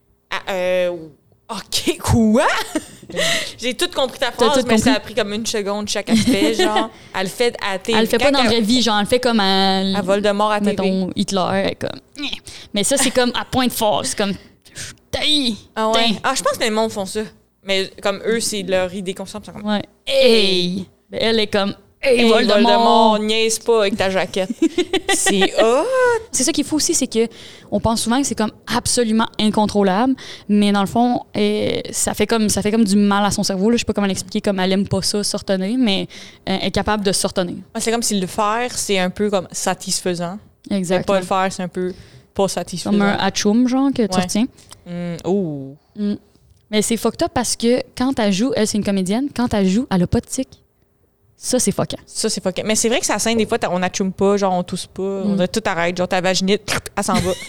OK, quoi? J'ai tout compris ta phrase, tout mais compris? ça a pris comme une seconde chaque aspect, genre. Elle fait à télé. Elle le fait pas dans la vraie vie, genre, elle le fait comme à Voldemort à TV. mettons, Hitler, elle est comme. Nyeh. Mais ça, c'est comme à point de force, comme. Taille! Ah ouais. Ah, je pense que les mondes font ça. Mais comme eux, c'est leur idée consciente. Ils sont comme, Ouais. Hey! Ben, elle est comme. Hey, hey, Voldemort! niaise pas avec ta jaquette. C'est C'est ça qui est fou aussi, c'est que on pense souvent que c'est comme absolument incontrôlable, mais dans le fond, ça fait comme du mal à son cerveau. Là. Je sais pas comment l'expliquer, comme elle aime pas ça, se retenir, mais elle est capable de se retenir. C'est comme si le faire, c'est un peu comme satisfaisant. Mais Exactement. pas le faire, c'est un peu pas satisfaisant. Comme un atchoum, genre, que tu Ouais. retiens. Oh. Mais c'est fucked up parce que quand elle joue, elle, c'est une comédienne, quand elle joue, elle a pas de tic. Ça, c'est fuckant. Ça, c'est fucké. Mais c'est vrai que ça scène, des fois, on atchoum pas, genre, on tousse pas, on a tout arrête, genre, ta vaginite, elle s'en va.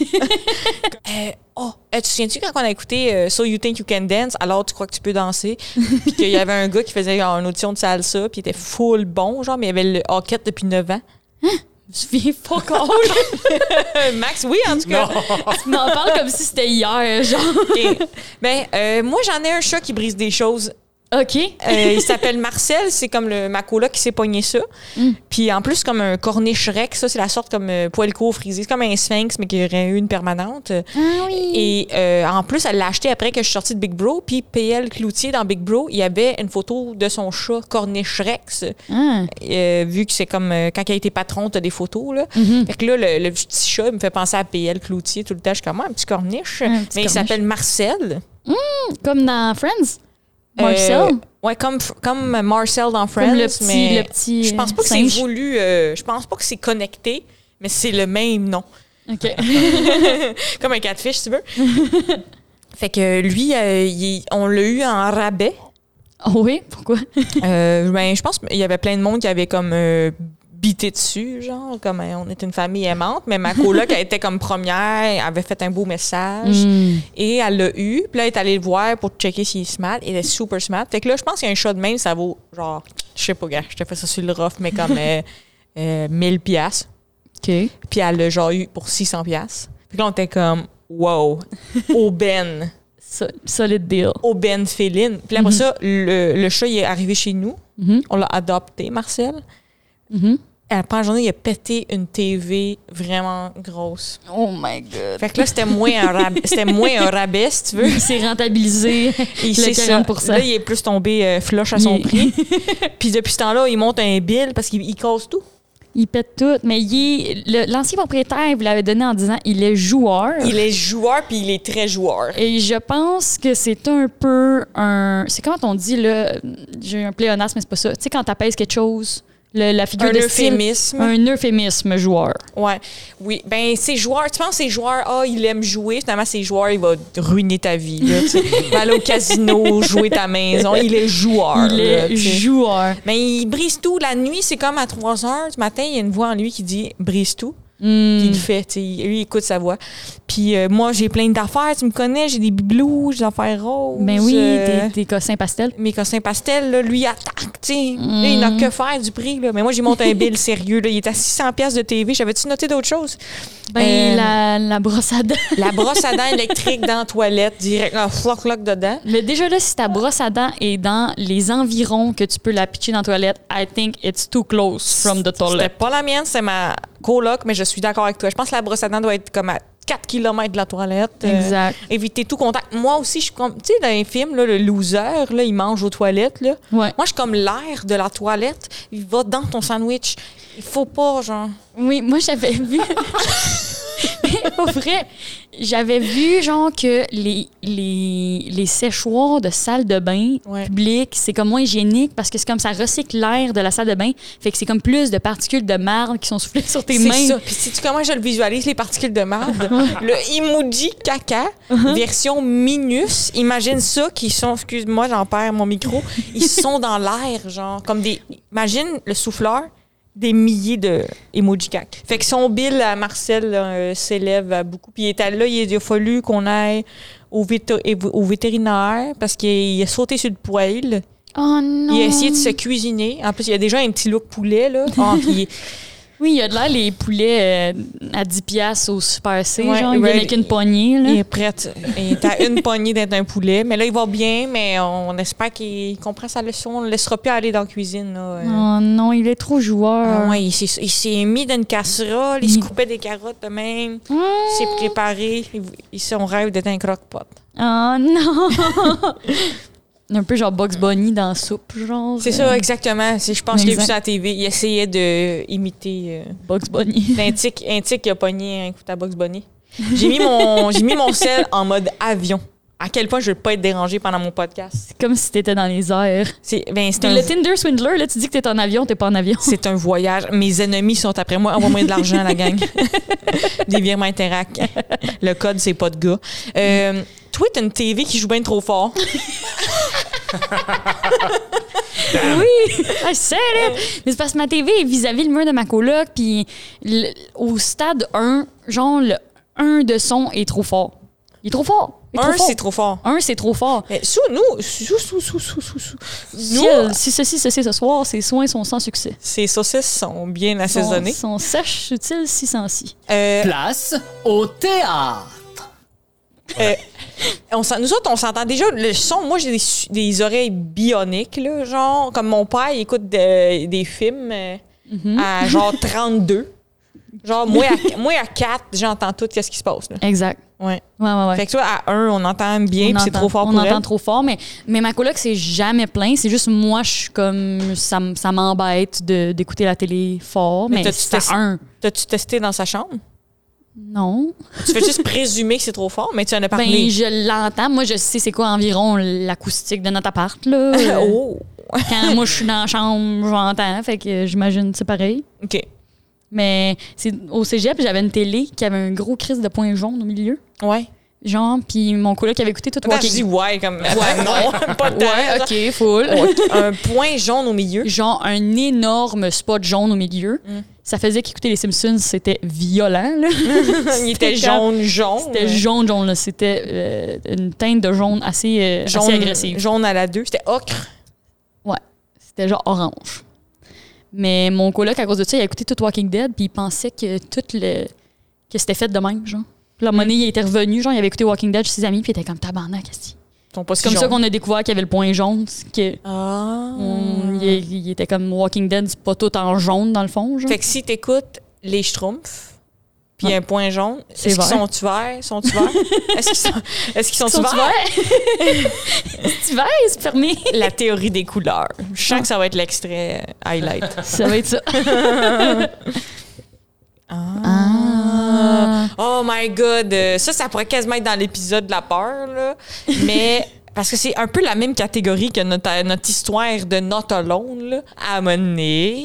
Tu te souviens-tu quand on a écouté So You Think You Can Dance, alors tu crois que tu peux danser? Puis qu'il y avait un gars qui faisait genre, une audition de salsa, puis il était full bon, genre, mais il avait le hockey depuis 9 ans. Je vis fuck all. Max, oui, en tout cas. Tu m'en parles comme si c'était hier, genre. OK. Ben, moi, j'en ai un chat qui brise des choses. OK. Il s'appelle Marcel, c'est comme ma coloc qui s'est pogné ça. Puis en plus, comme un corniche rex, ça, c'est la sorte comme poil court frisé. C'est comme un sphinx, mais qui aurait eu une permanente. Ah oui. Et en plus, elle l'a acheté après que je suis sortie de Big Bro. Puis PL Cloutier, dans Big Bro, il y avait une photo de son chat corniche rex. Ah. Vu que c'est comme quand il a été patron, t'as des photos. Là. Fait que là, le petit chat, il me fait penser à PL Cloutier tout le temps. Je suis comme, un petit corniche. Un petit Mais il corniche. s'appelle Marcel. Comme dans Friends. Marcel. Ouais, comme Marcel dans Friends. Comme le petit- mais le petit, je pense pas que c'est singe. voulu. Je pense pas que c'est connecté, mais c'est le même nom. OK. Comme un catfish, si tu veux. Fait que lui, on l'a eu en rabais. Oh oui? Pourquoi? Ben, je pense qu'il y avait plein de monde qui avait comme bité dessus, genre, comme on était une famille aimante, mais ma coloc, elle était comme première, elle avait fait un beau message, et elle l'a eu, puis là, elle est allée le voir pour checker s'il est smart, il est super smart. Fait que là, je pense qu'il y a un chat de même, ça vaut, genre, je sais pas, gars, je te fais ça sur le rough, mais comme 1000 piastres. OK. Puis elle l'a genre eu pour 600 piastres. Fait que là, on était comme, wow, aubaine. Solid deal. Aubaine féline. Puis après ça, le chat, il est arrivé chez nous. On l'a adopté, Marcel. À la première journée, il a pété une TV vraiment grosse. Oh my God. Fait que là, c'était moins un rabais, si tu veux. Il s'est rentabilisé Et le c'est ça. 40%. Là, il est plus tombé flush à son prix. Puis depuis ce temps-là, il monte un bill parce qu'il casse tout. Il pète tout. Mais l'ancien propriétaire vous l'avait donné en disant il est joueur. Il est joueur, puis il est très joueur. Et je pense que c'est un peu un... C'est comment on dit, là? J'ai un pléonasme, mais c'est pas ça. Tu sais, quand t'appelles quelque chose, la figure Un de style... euphémisme. Un euphémisme joueur. Ouais. Oui. Ben, c'est joueur. Tu penses, c'est joueur, il aime jouer. Finalement, c'est joueur, il va ruiner ta vie. Là, tu sais. Il va aller au casino, jouer ta maison. Il est joueur. Il là, est tu sais. joueur. Mais il brise tout. La nuit, c'est comme à 3 heures du matin, il y a une voix en lui qui dit « brise tout ». Puis il le fait, tu sais, lui, il écoute sa voix. Puis moi, j'ai plein d'affaires, tu me connais, j'ai des bibelots, j'ai des affaires roses. Ben oui, tes cossins pastels. Mes cossins pastels, là, lui, il attaque, tu sais. Là, il n'a que faire du prix, là. Mais moi, j'ai monté un bill sérieux, là. Il est à 600 pièces de TV. J'avais-tu noté d'autres choses? Ben, la brosse à dents. La brosse à dents électrique dans la toilette, direct, un floc dedans. Mais déjà là, si ta brosse à dents est dans les environs que tu peux la pitcher dans la toilette, I think it's too close from the C'était toilet. pas la mienne, c'est ma coloc, mais je suis d'accord avec toi. Je pense que la brosse à dents doit être comme à 4 km de la toilette. Exact. Éviter tout contact. Moi aussi, je suis comme, tu sais, dans les films, là, le loser, là, il mange aux toilettes. Là. Ouais. Moi, je suis comme l'air de la toilette. Il va dans ton sandwich. Il faut pas, genre. Oui, moi, j'avais vu... Mais pour vrai, j'avais vu, genre, que les séchoirs de salle de bain publique, c'est comme moins hygiénique parce que c'est comme ça recycle l'air de la salle de bain. Fait que c'est comme plus de particules de marde qui sont soufflées sur tes mains. C'est ça. Puis sais-tu comment je le visualise, les particules de marde? Le emoji caca, version minus. Imagine ça, qui sont, excuse-moi, j'en perds mon micro, ils sont dans l'air, genre, comme des... Imagine le souffleur, des milliers de emoji cac. Fait que son bill à Marcel s'élève à beaucoup. Puis il a fallu qu'on aille au vétérinaire parce qu'il a sauté sur le poêle. Oh non! Il a essayé de se cuisiner. En plus, il y a déjà un petit look poulet, là. Oui, il y a de l'air les poulets à 10$ au Super C, Ouais, genre, il vient avec une poignée, là. Il est prêt. Il est à une poignée d'être un poulet. Mais là, il va bien, mais on espère qu'il comprend sa leçon. On ne le laissera plus aller dans la cuisine, là. Oh non, il est trop joueur. Ouais, il s'est mis dans une casserole, il se coupait des carottes de même, il s'est préparé. On rêve d'être un croque-pot. Oh non! Un peu genre Bugs Bunny dans la soupe, genre. C'est ça, exactement. Je pense qu'il a vu ça à la TV. Il essayait d'imiter Bugs Bunny. un tic qui a pogné un coup à Bugs Bunny. J'ai mis mon sel en mode avion. À quel point je ne veux pas être dérangée pendant mon podcast. C'est comme si t'étais dans les airs. Le Tinder Swindler, là, tu dis que t'es en avion, t'es pas en avion. C'est un voyage. Mes ennemis sont après moi. Envoie-moi de l'argent à la gang. Des virements Interac. Le code, c'est pas de gars. Toi, t'as une TV qui joue bien trop fort. Oui, I said it. Mais c'est parce que ma TV est vis-à-vis le mur de ma coloc, puis au stade 1, genre le 1 de son est trop fort. Il est trop fort. C'est trop fort. 1, c'est trop fort. Mais nous, Si ceci ce soir, ses soins sont sans succès. Ces saucisses sont bien assaisonnées. Sont sèches, utiles, si sans si. Place au théâtre. Nous autres, on s'entend déjà. Le son, moi, j'ai des oreilles bioniques, là, genre, comme mon père, il écoute des films à genre 32. Genre, moi, à 4, j'entends tout ce qui se passe. Là. Exact. Ouais. Ouais. Fait que toi, à 1, on entend bien, puis c'est trop fort pour elle. On entend trop fort, mais ma coloc, c'est jamais plein. C'est juste moi, je suis comme... Ça m'embête d'écouter la télé fort, mais c'est à 1. T'as-tu testé dans sa chambre? Non. Tu fais juste présumer que c'est trop fort, mais tu en as parlé. Ben, je l'entends. Moi, je sais c'est quoi environ l'acoustique de notre appart, là. Oh! Quand moi, je suis dans la chambre, j'entends. Fait que j'imagine que c'est pareil. OK. Mais au cégep, j'avais une télé qui avait un gros crise de points jaunes au milieu. Ouais. Genre, puis mon coloc avait écouté tout Walking Dead. Je dis ouais, comme... Ouais, non, pas de temps. Ouais, OK, full. Un point jaune au milieu. Genre, un énorme spot jaune au milieu. Ça faisait qu'écouter les Simpsons, c'était violent, là. Il était jaune. C'était jaune, là. C'était une teinte de jaune assez agressive. Jaune à la 2. C'était ocre. Ouais. C'était genre orange. Mais mon coloc, à cause de ça, il a écouté tout Walking Dead, puis il pensait que que c'était fait de même, genre. Puis la monnaie, il était revenu, genre, il avait écouté Walking Dead chez ses amis, puis il était comme tabarnak, qu'est-ce que c'est comme ça qu'on a découvert qu'il y avait le point jaune. Il était comme Walking Dead, c'est pas tout en jaune, dans le fond, genre. Fait que si t'écoutes les Schtroumpfs, puis il y a un point jaune, est-ce qu'ils sont-tu verts? Est-ce qu'ils sont verts? C'est vert, c'est fermé. La théorie des couleurs. Je sens que ça va être l'extrait highlight. Ça va être ça. Oh my God! Ça pourrait quasiment être dans l'épisode de la peur, là. Mais... Parce que c'est un peu la même catégorie que notre histoire de Not Alone, là. À un moment donné,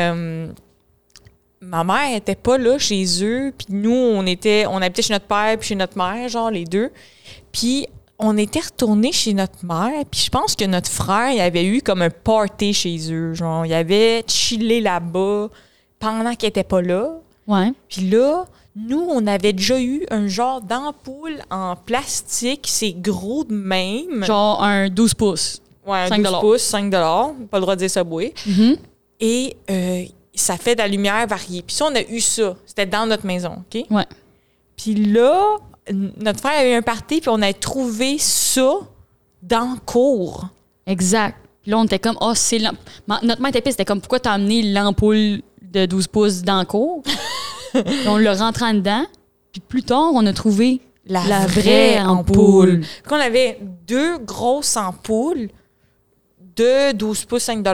ma mère était pas là chez eux, puis nous, on habitait chez notre père puis chez notre mère, genre les deux. Puis on était retournés chez notre mère, puis je pense que notre frère, il avait eu comme un party chez eux, genre il avait chillé là-bas pendant qu'il était pas là. Ouais. Puis là, nous, on avait déjà eu un genre d'ampoule en plastique, c'est gros de même. Genre un 12 pouces. Ouais, un 12 pouces, 5 $. Pas le droit de dire Subway. Mm-hmm. Et ça fait de la lumière variée. Puis ça, on a eu ça. C'était dans notre maison, OK? Ouais. Puis là, notre frère avait eu un party, puis on a trouvé ça dans le cours. Exact. Puis là, on était comme, c'est notre mère était piste, c'était comme, pourquoi t'as amené l'ampoule de 12 pouces dans le cours? On l'a rentré en dedans. Puis plus tard, on a trouvé la vraie ampoule. On avait 2 grosses ampoules de 12 pouces, 5 $.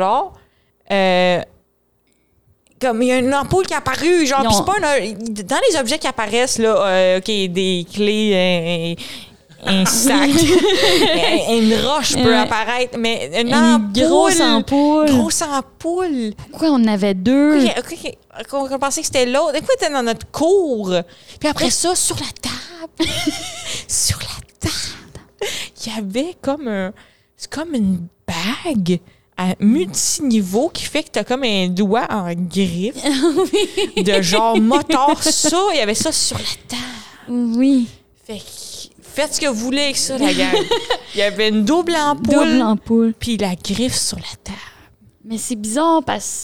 Comme il y a une ampoule qui est apparue, genre, pis c'est pas dans les objets qui apparaissent, là, OK, des clés, un sac, une roche peut apparaître, mais une ampoule, grosse ampoule. Grosse ampoule. Pourquoi on avait 2? OK. On pensait que c'était l'autre. Pourquoi était dans notre cour? Puis après ça, sur la table, il y avait comme une bague à multiniveau qui fait que t'as comme un doigt en griffe de genre moteur. Ça, il y avait ça sur la table. Oui. Fait que faites ce que vous voulez avec ça, la gang. Il y avait une double ampoule. Double ampoule. Puis la griffe sur la table. Mais c'est bizarre parce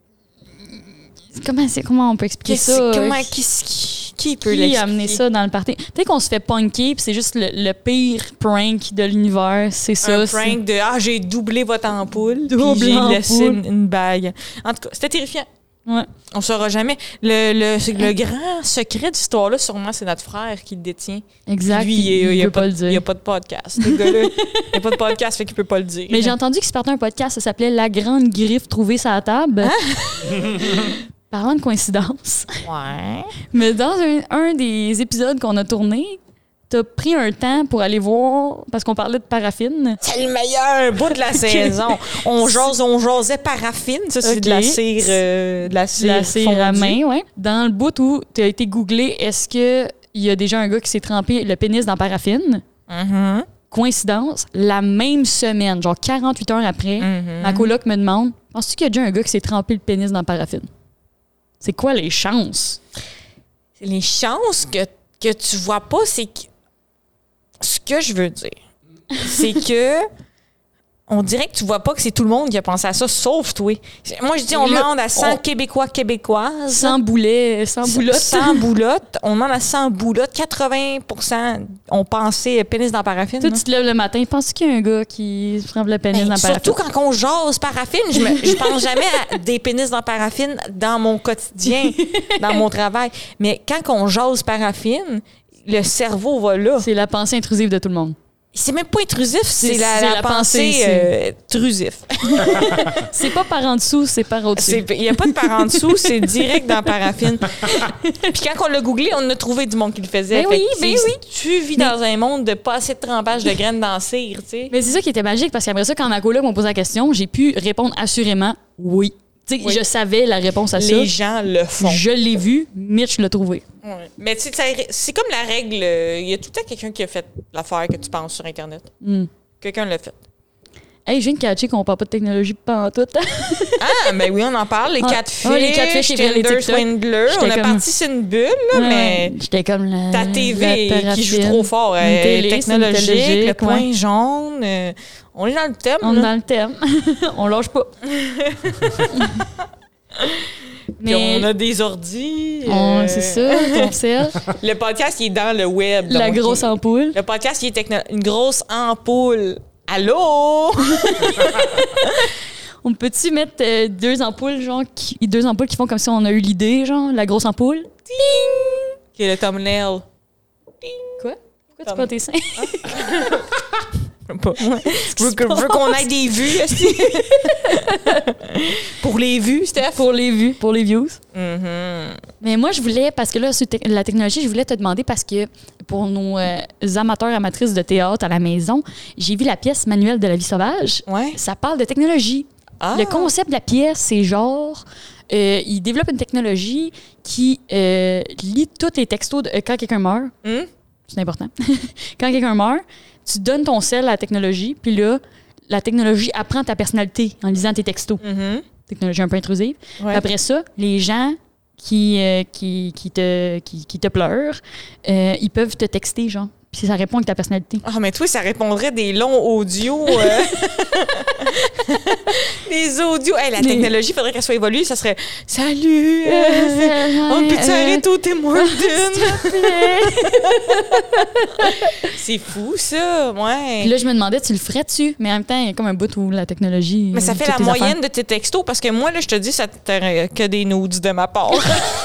comment on peut expliquer ça? Qui peut Qui l'expliquer? a amené ça dans le party? Peut-être qu'on se fait punker puis c'est juste le pire prank de l'univers. C'est ça. Un prank de « j'ai doublé votre ampoule, puis Double j'ai ampoule. laissé une bague. » En tout cas, c'était terrifiant. Ouais. On saura jamais. Le grand secret de cette histoire-là, sûrement, c'est notre frère qui le détient. Exact. Lui, il a peut pas le dire. Il n'y a pas de podcast. Ce gars-là, il n'y a pas de podcast, fait qu'il peut pas le dire. Mais j'ai entendu qu'il se partait un podcast, ça s'appelait La grande griffe trouvée sur la table. Parlant de coïncidence. Ouais. Mais dans un des épisodes qu'on a tourné, t'as pris un temps pour aller voir, parce qu'on parlait de paraffine. C'est le meilleur bout de la saison. On jasait paraffine. Ça, c'est de la cire, À fondue. main, ouais. Dans le bout où t'as été googlé, est-ce qu'il y a déjà un gars qui s'est trempé le pénis dans paraffine? Mm-hmm. Coïncidence, la même semaine, genre 48 heures après, ma coloc me demande, penses-tu qu'il y a déjà un gars qui s'est trempé le pénis dans paraffine? C'est quoi les chances? Les chances que tu vois pas, c'est que... Ce que je veux dire, c'est que on dirait que tu vois pas que c'est tout le monde qui a pensé à ça, sauf toi. Moi, je dis, on demande à 100 Québécois, Québécoises. 100 boulets, 100 boulottes. 100 boulottes. On demande à 100 boulottes. 80% ont pensé pénis dans paraffine. Toi, tu te lèves le matin, penses-tu qu'il y a un gars qui se trempe le pénis dans paraffine? Surtout quand on jase paraffine, je pense jamais à des pénis dans paraffine dans mon quotidien, dans mon travail. Mais quand on jase paraffine, le cerveau va là. C'est la pensée intrusive de tout le monde. C'est même pas intrusif, c'est la la pensée trusif. C'est pas par en dessous, c'est par au-dessus. Il n'y a pas de par en dessous, c'est direct dans paraffine. Puis quand on l'a googlé, on a trouvé du monde qui le faisait. Ben Fait oui, que, ben tu sais, oui. Tu vis dans un monde de pas assez de trempage de graines dans cire, tu sais. Mais c'est ça qui était magique, parce qu'après ça, quand ma coloc m'a posé la question, j'ai pu répondre assurément oui. Tu sais, Oui. je savais la réponse à ça. Les gens le font. Je l'ai vu, Mitch l'a trouvé. Ouais. Mais tu sais, c'est comme la règle. Il y a tout le temps quelqu'un qui a fait l'affaire que tu penses sur Internet. Quelqu'un l'a fait. Hey, je viens de catcher qu'on parle pas de technologie pantoute. Ah, ben oui, on en parle. Les quatre filles, les quatre filles chez les Tinder, TikTok. Swindler. J'étais On a comme- parti sur une bulle, là, mais J'étais comme la ta TV la qui joue paraffine. trop fort. Une télé, c'est Technologique, technologique, le point ouais. jaune. On est dans le thème. On est là. dans le thème. On lâche pas. Puis on a des ordis. C'est ça, ton sel. Le podcast, il est dans le web. La donc grosse ampoule. Le podcast, il est une grosse ampoule. Allô? On peut-tu mettre deux ampoules qui font comme si on a eu l'idée, genre, la grosse ampoule? Qui est le thumbnail. Quoi? Pourquoi tu prends tes seins? Pas. Je veux qu'on ait des vues. esti. Pour les vues, Steph. Pour les vues, pour les views. Mm-hmm. Mais moi, je voulais, parce que là, sur la technologie, je voulais te demander, parce que pour nos amateurs, amatrices de théâtre à la maison, j'ai vu la pièce Manuel de la vie sauvage. Ouais. Ça parle de technologie. Ah. Le concept de la pièce, c'est genre, il développe une technologie qui lit tous les textos quand quelqu'un meurt. C'est important. Quand quelqu'un meurt, tu donnes ton sel à la technologie, puis là, la technologie apprend ta personnalité en lisant tes textos. Technologie un peu intrusive. Ouais. Puis après ça, les gens qui te pleurent, ils peuvent te texter, genre. Puis ça répond avec ta personnalité. Ah, mais toi, ça répondrait des longs audios. Des audios. Hey, la technologie, il faudrait qu'elle soit évoluée. Ça serait « Salut! On peut-tu arrêter au Tim Hortons? » C'est fou, ça. Ouais. Puis là, je me demandais, tu le ferais-tu? Mais en même temps, il y a comme un bout où la technologie... Mais ça fait toutes la tes moyenne affaires. de tes textos parce que moi, là, je te dis, ça t'aurait que des nudes de ma part.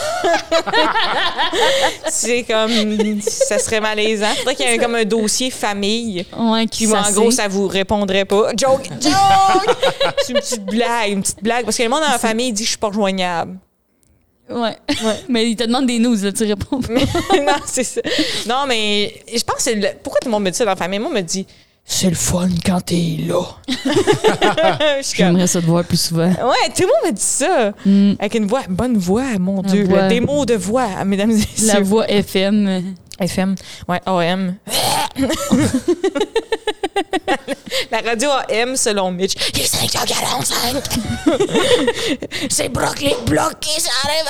C'est comme... Ça serait malaisant. Faudrait qu'il y ait comme un dossier famille. Ouais, qui Puis en s'assied. gros, ça vous répondrait pas. Joke! C'est une petite blague. Parce que le monde dans la famille dit « Je suis pas rejoignable ». Ouais. Mais il te demande des news, là, tu réponds pas. Non, c'est ça. Non, mais je pense que c'est pourquoi tout le monde me dit ça dans la famille? Moi, on me dit c'est le fun quand t'es là. Je suis comme, J'aimerais ça te voir plus souvent. ouais, tout le monde me dit ça. Avec une bonne voix, mon Dieu. voix. Des mots de voix, mesdames et messieurs. La voix FM. FM, ouais, AM. La radio AM, selon Mitch, il est 5h45. C'est bloqué, ça arrive.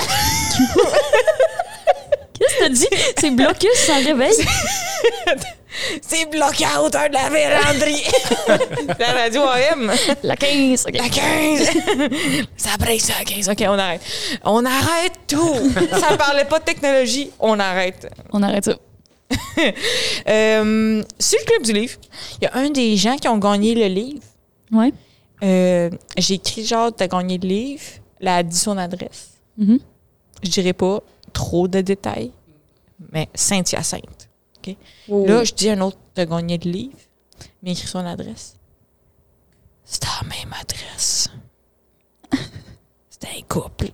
Qu'est-ce que t'as dit? C'est blocus sans réveil? C'est bloqué à hauteur de la véranderie. La radio AM. La 15. Okay. La 15. Ça break ça, 15. OK, on arrête. On arrête tout. Ça parlait pas de technologie. On arrête. On arrête ça. Sur le Club du livre, il y a un des gens qui ont gagné le livre. Ouais. J'ai écrit genre, t'as gagné le livre. Elle a dit son adresse. Mm-hmm. Je dirais pas trop de détails, mais Saint-Hyacinthe. OK? Oh. Là, je dis à un autre, t'as gagné le livre, mais écrit son adresse. C'était la même adresse. C'était un couple.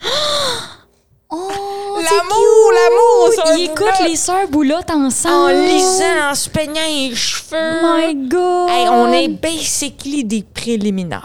Oh, L'amour, ça. Ils écoutent les sœurs boulottes ensemble. En lisant, en se peignant les cheveux. Oh my God. Hey, on est basically des préliminaires.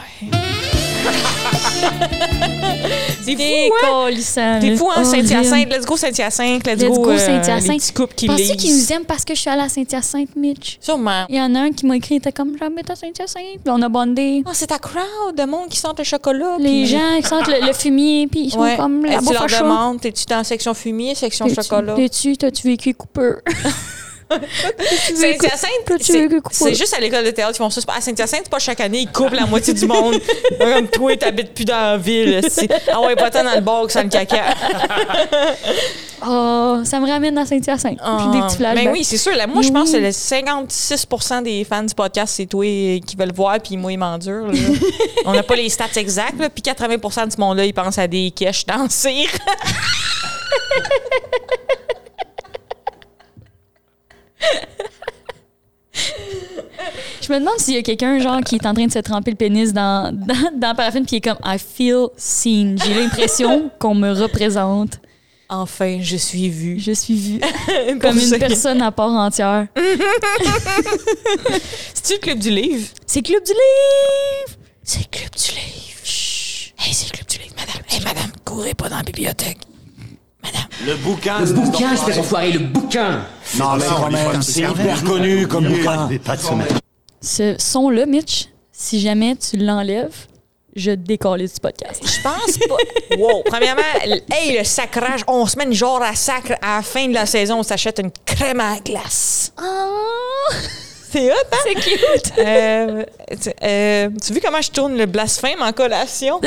C'est fou, hein? T'es fou, hein, Saint-Hyacinthe? Let's go, Saint-Hyacinthe. Let's go, Saint-Hyacinthe. les petits couples qui Penses-tu lisent. qu'ils nous aiment parce que je suis allée à Saint-Hyacinthe, Mitch? Sûrement. Il y en a un qui m'a écrit, il était comme, j'habite à Saint-Hyacinthe. Puis on a bondé. Oh, c'est ta crowd de monde qui sentent le chocolat. Les puis- gens qui sentent le fumier, puis ils sont Ouais. comme Hey, la tu bouffe leur à chat. demandes, t'es-tu dans la section fumier, section chocolat? T'as-tu vécu Cooper? Saint-Hyacinthe, T'as-tu c'est vécu Cooper? c'est juste à l'école de théâtre qu'ils font ça. À Saint-Hyacinthe, c'est pas chaque année, ils coupent la moitié du monde. Comme toi, t'habites plus dans la ville. Ah ouais, pas tant dans le bar que ça le caca. Oh, ça me ramène à Saint-Hyacinthe. Puis des petits flashbacks. Ben oui, c'est sûr. Là, moi, je pense Oui. que le 56% des fans du podcast, c'est toi qui veulent voir, puis moi, ils m'endurent. Là. On n'a pas les stats exacts, là, puis 80% de ce monde-là, ils pensent à des quiches dans le cire. Je me demande s'il y a quelqu'un genre qui est en train de se tremper le pénis dans la paraffine puis qui est comme I feel seen. J'ai l'impression qu'on me représente. Enfin, je suis vue. Je suis vue comme une personne à part entière. C'est-tu le Club du livre? C'est Club du livre! C'est le Club du livre. Chut. Hey, c'est le Club du livre, madame. Hey, madame, courez pas dans la bibliothèque. Madame. Le bouquin, espèce d'enfoiré, le bouquin. Non, mais quand même, c'est hyper connu comme bouquin. Ce son-là, Mitch, si jamais tu l'enlèves, je décolle du podcast. Je pense pas. Wow. Premièrement, hey, le sacrage, on se met une genre à sacre à la fin de la saison, on s'achète une crème à glace. Oh, C'est hot, hein? c'est cute! Tu as vu comment je tourne le blasphème en collation?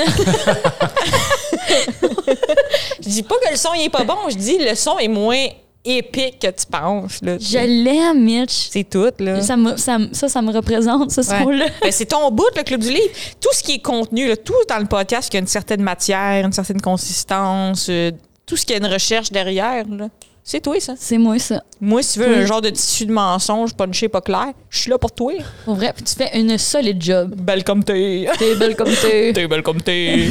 Je dis pas que le son il est pas bon, je dis le son est moins épique que tu penses. Là. Je l'aime, Mitch. C'est tout, là. Ça me représente, ce son-là. Ben, c'est ton bout, le Club du livre. Tout ce qui est contenu, là, tout dans le podcast qui a une certaine matière, une certaine consistance, tout ce qui a une recherche derrière, là. C'est toi, ça. C'est moi, ça. Moi, si tu veux Oui. un genre de tissu de mensonge punché pas clair, je suis là pour toi. Pour vrai, puis tu fais une solide job. Belle comme t'es. T'es belle comme t'es. T'es belle comme t'es.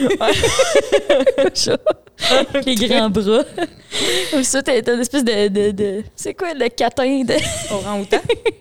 Les grands bras. Comme ça, t'as une espèce de... C'est quoi, le catin de... Orang-outan.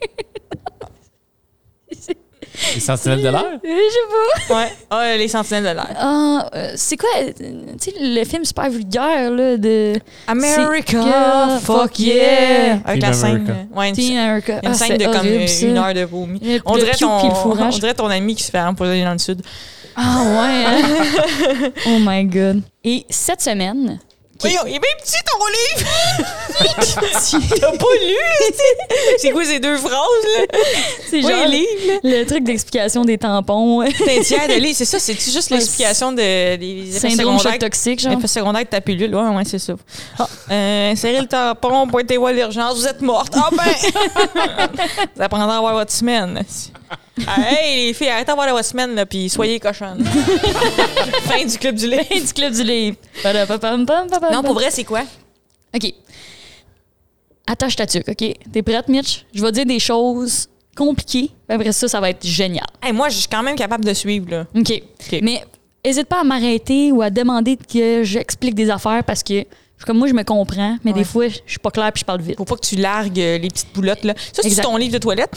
Les sentinelles de l'air? Je sais pas. Ouais. Ah, les sentinelles de l'air. Ah, c'est quoi, tu sais, le film super vulgaire, là, de... America, C'est- fuck yeah! Avec Team la scène. America. Ouais, une Teen America. une scène de comme horrible, ça. une heure de vomi. Le On dirait, cul puis le fourrage. on dirait ton ami qui se fait empoisonner dans le sud. Ah ouais, hein? Oh my God. Et cette semaine... Voyons, il est bien petit ton livre! T'as pas lu? C'est quoi ces deux phrases, là? C'est Oui, genre livre, le truc d'explication des tampons. C'est un tiers de livre, c'est ça? C'est-tu juste l'explication des effets Syndrome secondaires? choc toxique, genre. Effet secondaire de ta pilule, ouais, c'est ça. Serrez le tampon, pointez-vous à l'urgence, vous êtes morte. Ah ben! Vous apprendrez à avoir votre semaine. Hey, les filles, arrêtez d'avoir votre semaine, là, puis soyez cochonnes. Fin du Club du livre. Du club du livre. Non, pour vrai, c'est quoi? OK. Attache ta tuque, OK? T'es prête, Mitch? Je vais dire des choses compliquées. Puis après ça, ça va être génial. Hey, moi, je suis quand même capable de suivre, là. OK. Mais n'hésite pas à m'arrêter ou à demander que j'explique des affaires parce que, comme moi, je me comprends, mais des fois, je suis pas claire puis je parle vite. Faut pas que tu largues les petites boulottes, là. Ça, c'est Exact. ton livre de toilette?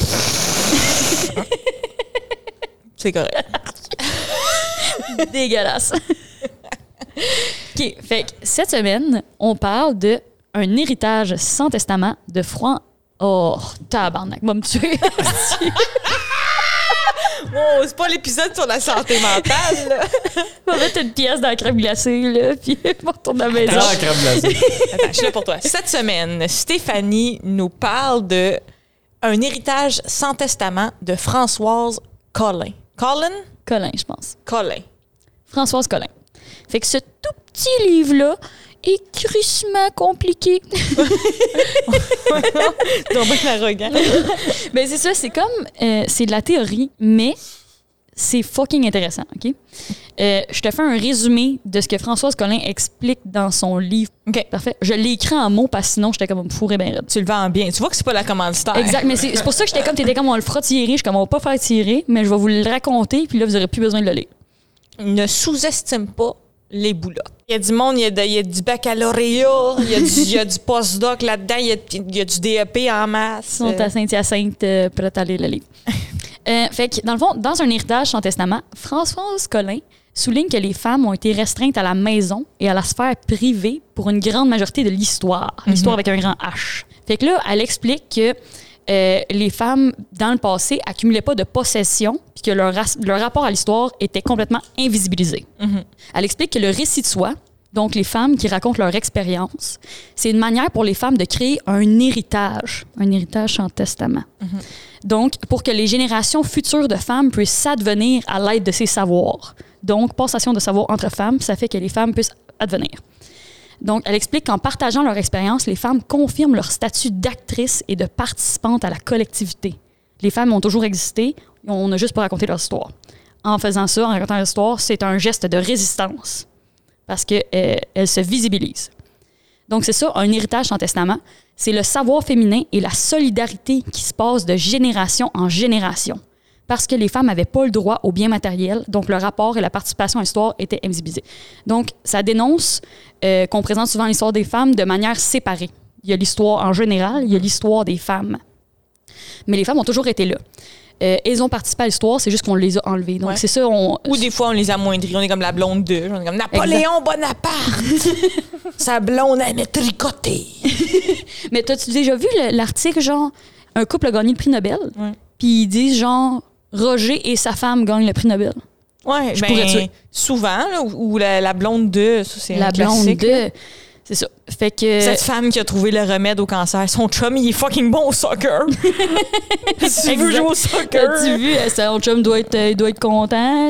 C'est correct. Dégueulasse. OK. Fait que cette semaine, on parle de un héritage sans testament de Froid. Oh, tabarnak, va me tuer. Oh, c'est pas l'épisode sur la santé mentale, là. On va mettre une pièce dans la crème glacée, là, puis on retourne à la maison. Dans la crème glacée. Attends, je suis là pour toi. Cette semaine, Stéphanie nous parle de un héritage sans testament de Françoise Collin. Colin, je pense. Collin. Françoise Collin. Fait que ce tout petit livre-là est crissement compliqué. Donc, bien arrogant. Ben c'est ça, c'est comme... c'est de la théorie, mais c'est fucking intéressant, OK? Je te fais un résumé de ce que Françoise Collin explique dans son livre. OK. Parfait. Je l'ai écrit en mots parce que sinon, j'étais comme fourré ben raide. Tu le vends bien. Tu vois que c'est pas la commanditaire. Exact, mais c'est pour ça que t'étais comme, on le fera tirer. Je suis comme, on va pas faire tirer, mais je vais vous le raconter, puis là, vous aurez plus besoin de le lire. Ne sous-estime pas les boulots. Il y a du monde, il y a du baccalauréat, il y a du postdoc là-dedans, il y a du DEP en masse. Ils sont à Saint-Hyacinthe, prêts à aller le lire. Fait que, dans le fond, dans un héritage sans testament, Françoise Collin souligne que les femmes ont été restreintes à la maison et à la sphère privée pour une grande majorité de l'histoire. L'histoire avec un grand H. Fait que là, elle explique que les femmes, dans le passé, accumulaient pas de possession puis que leur rapport à l'histoire était complètement invisibilisé. Elle explique que le récit de soi, donc les femmes qui racontent leur expérience, c'est une manière pour les femmes de créer un héritage sans testament. Donc, pour que les générations futures de femmes puissent s'advenir à l'aide de ces savoirs. Donc, passation de savoir entre femmes, ça fait que les femmes puissent advenir. Donc, elle explique qu'en partageant leur expérience, les femmes confirment leur statut d'actrice et de participante à la collectivité. Les femmes ont toujours existé, on a juste pas raconté leur histoire. En faisant ça, en racontant leur histoire, c'est un geste de résistance parce qu'elles se visibilisent. Donc, c'est ça, un héritage sans testament. C'est le savoir féminin et la solidarité qui se passe de génération en génération. Parce que les femmes n'avaient pas le droit aux biens matériels, donc le rapport et la participation à l'histoire étaient invisibilisés. Donc, ça dénonce qu'on présente souvent l'histoire des femmes de manière séparée. Il y a l'histoire en général, il y a l'histoire des femmes. Mais les femmes ont toujours été là. Elles ont participé à l'histoire, c'est juste qu'on les a enlevées. Donc, c'est ça. Ou des fois, on les amoindrit. On est comme la blonde d'eux. On est comme Napoléon Bonaparte. Sa blonde, elle est tricotée. Mais t'as-tu déjà vu l'article, genre, un couple a gagné le prix Nobel, puis ils disent, genre, Roger et sa femme gagnent le prix Nobel. Oui, ben, souvent, là, ou la blonde de, ça, c'est un classique. La blonde de, c'est ça. Fait que... Cette femme qui a trouvé le remède au cancer, son chum, il est fucking bon au soccer. Si tu veux jouer au soccer. As-tu vu, son chum doit être content,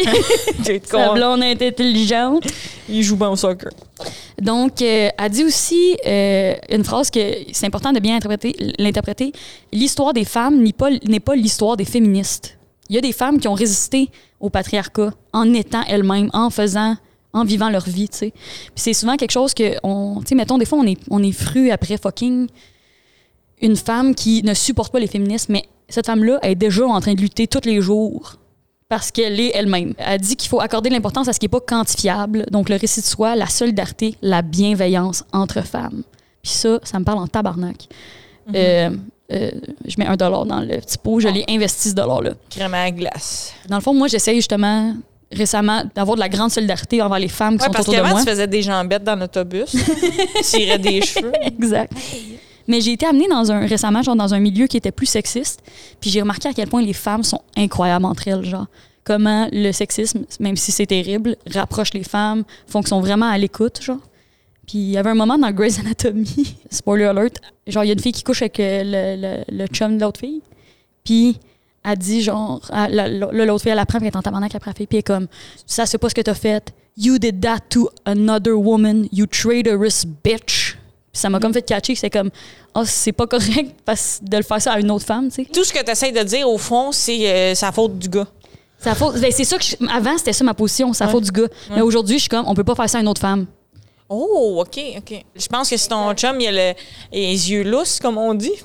sa blonde est intelligente. Il joue bien au soccer. Donc, elle dit aussi une phrase que c'est important de bien l'interpréter. L'histoire des femmes n'est pas l'histoire des féministes. Il y a des femmes qui ont résisté au patriarcat en étant elles-mêmes, en vivant leur vie, tu sais. Puis c'est souvent quelque chose que, tu sais, mettons, des fois, on est fru après fucking une femme qui ne supporte pas les féministes, mais cette femme-là est déjà en train de lutter tous les jours parce qu'elle est elle-même. Elle dit qu'il faut accorder de l'importance à ce qui n'est pas quantifiable, donc le récit de soi, la solidarité, la bienveillance entre femmes. Puis ça me parle en tabarnak. Je mets $1 dans le petit pot, je l'ai investi ce $là. Crème à glace. Dans le fond, moi, j'essaye justement... récemment, d'avoir de la grande solidarité envers les femmes qui sont autour de moi. Parce qu'avant, tu faisais des jambettes dans l'autobus, tirais des cheveux. Exact. Mais j'ai été amenée récemment dans un milieu qui était plus sexiste, puis j'ai remarqué à quel point les femmes sont incroyables entre elles, genre. Comment le sexisme, même si c'est terrible, rapproche les femmes, font qu'elles sont vraiment à l'écoute, genre. Puis il y avait un moment dans Grey's Anatomy, spoiler alert, genre il y a une fille qui couche avec le chum de l'autre fille, puis... Elle dit genre, l'autre fille, elle apprend qu'elle est en tabarnak après la fille, puis elle est comme, ça, c'est pas ce que t'as fait. You did that to another woman, you traitorous bitch. Puis ça m'a comme fait catcher, c'est comme, c'est pas correct de le faire ça à une autre femme, tu sais. Tout ce que t'essayes de dire, au fond, c'est sa faute du gars. C'est ça que, avant, c'était ça ma position, c'est la faute du gars. Mais aujourd'hui, je suis comme, on peut pas faire ça à une autre femme. Oh, OK. Je pense que si ton chum, il a les yeux lousses, comme on dit.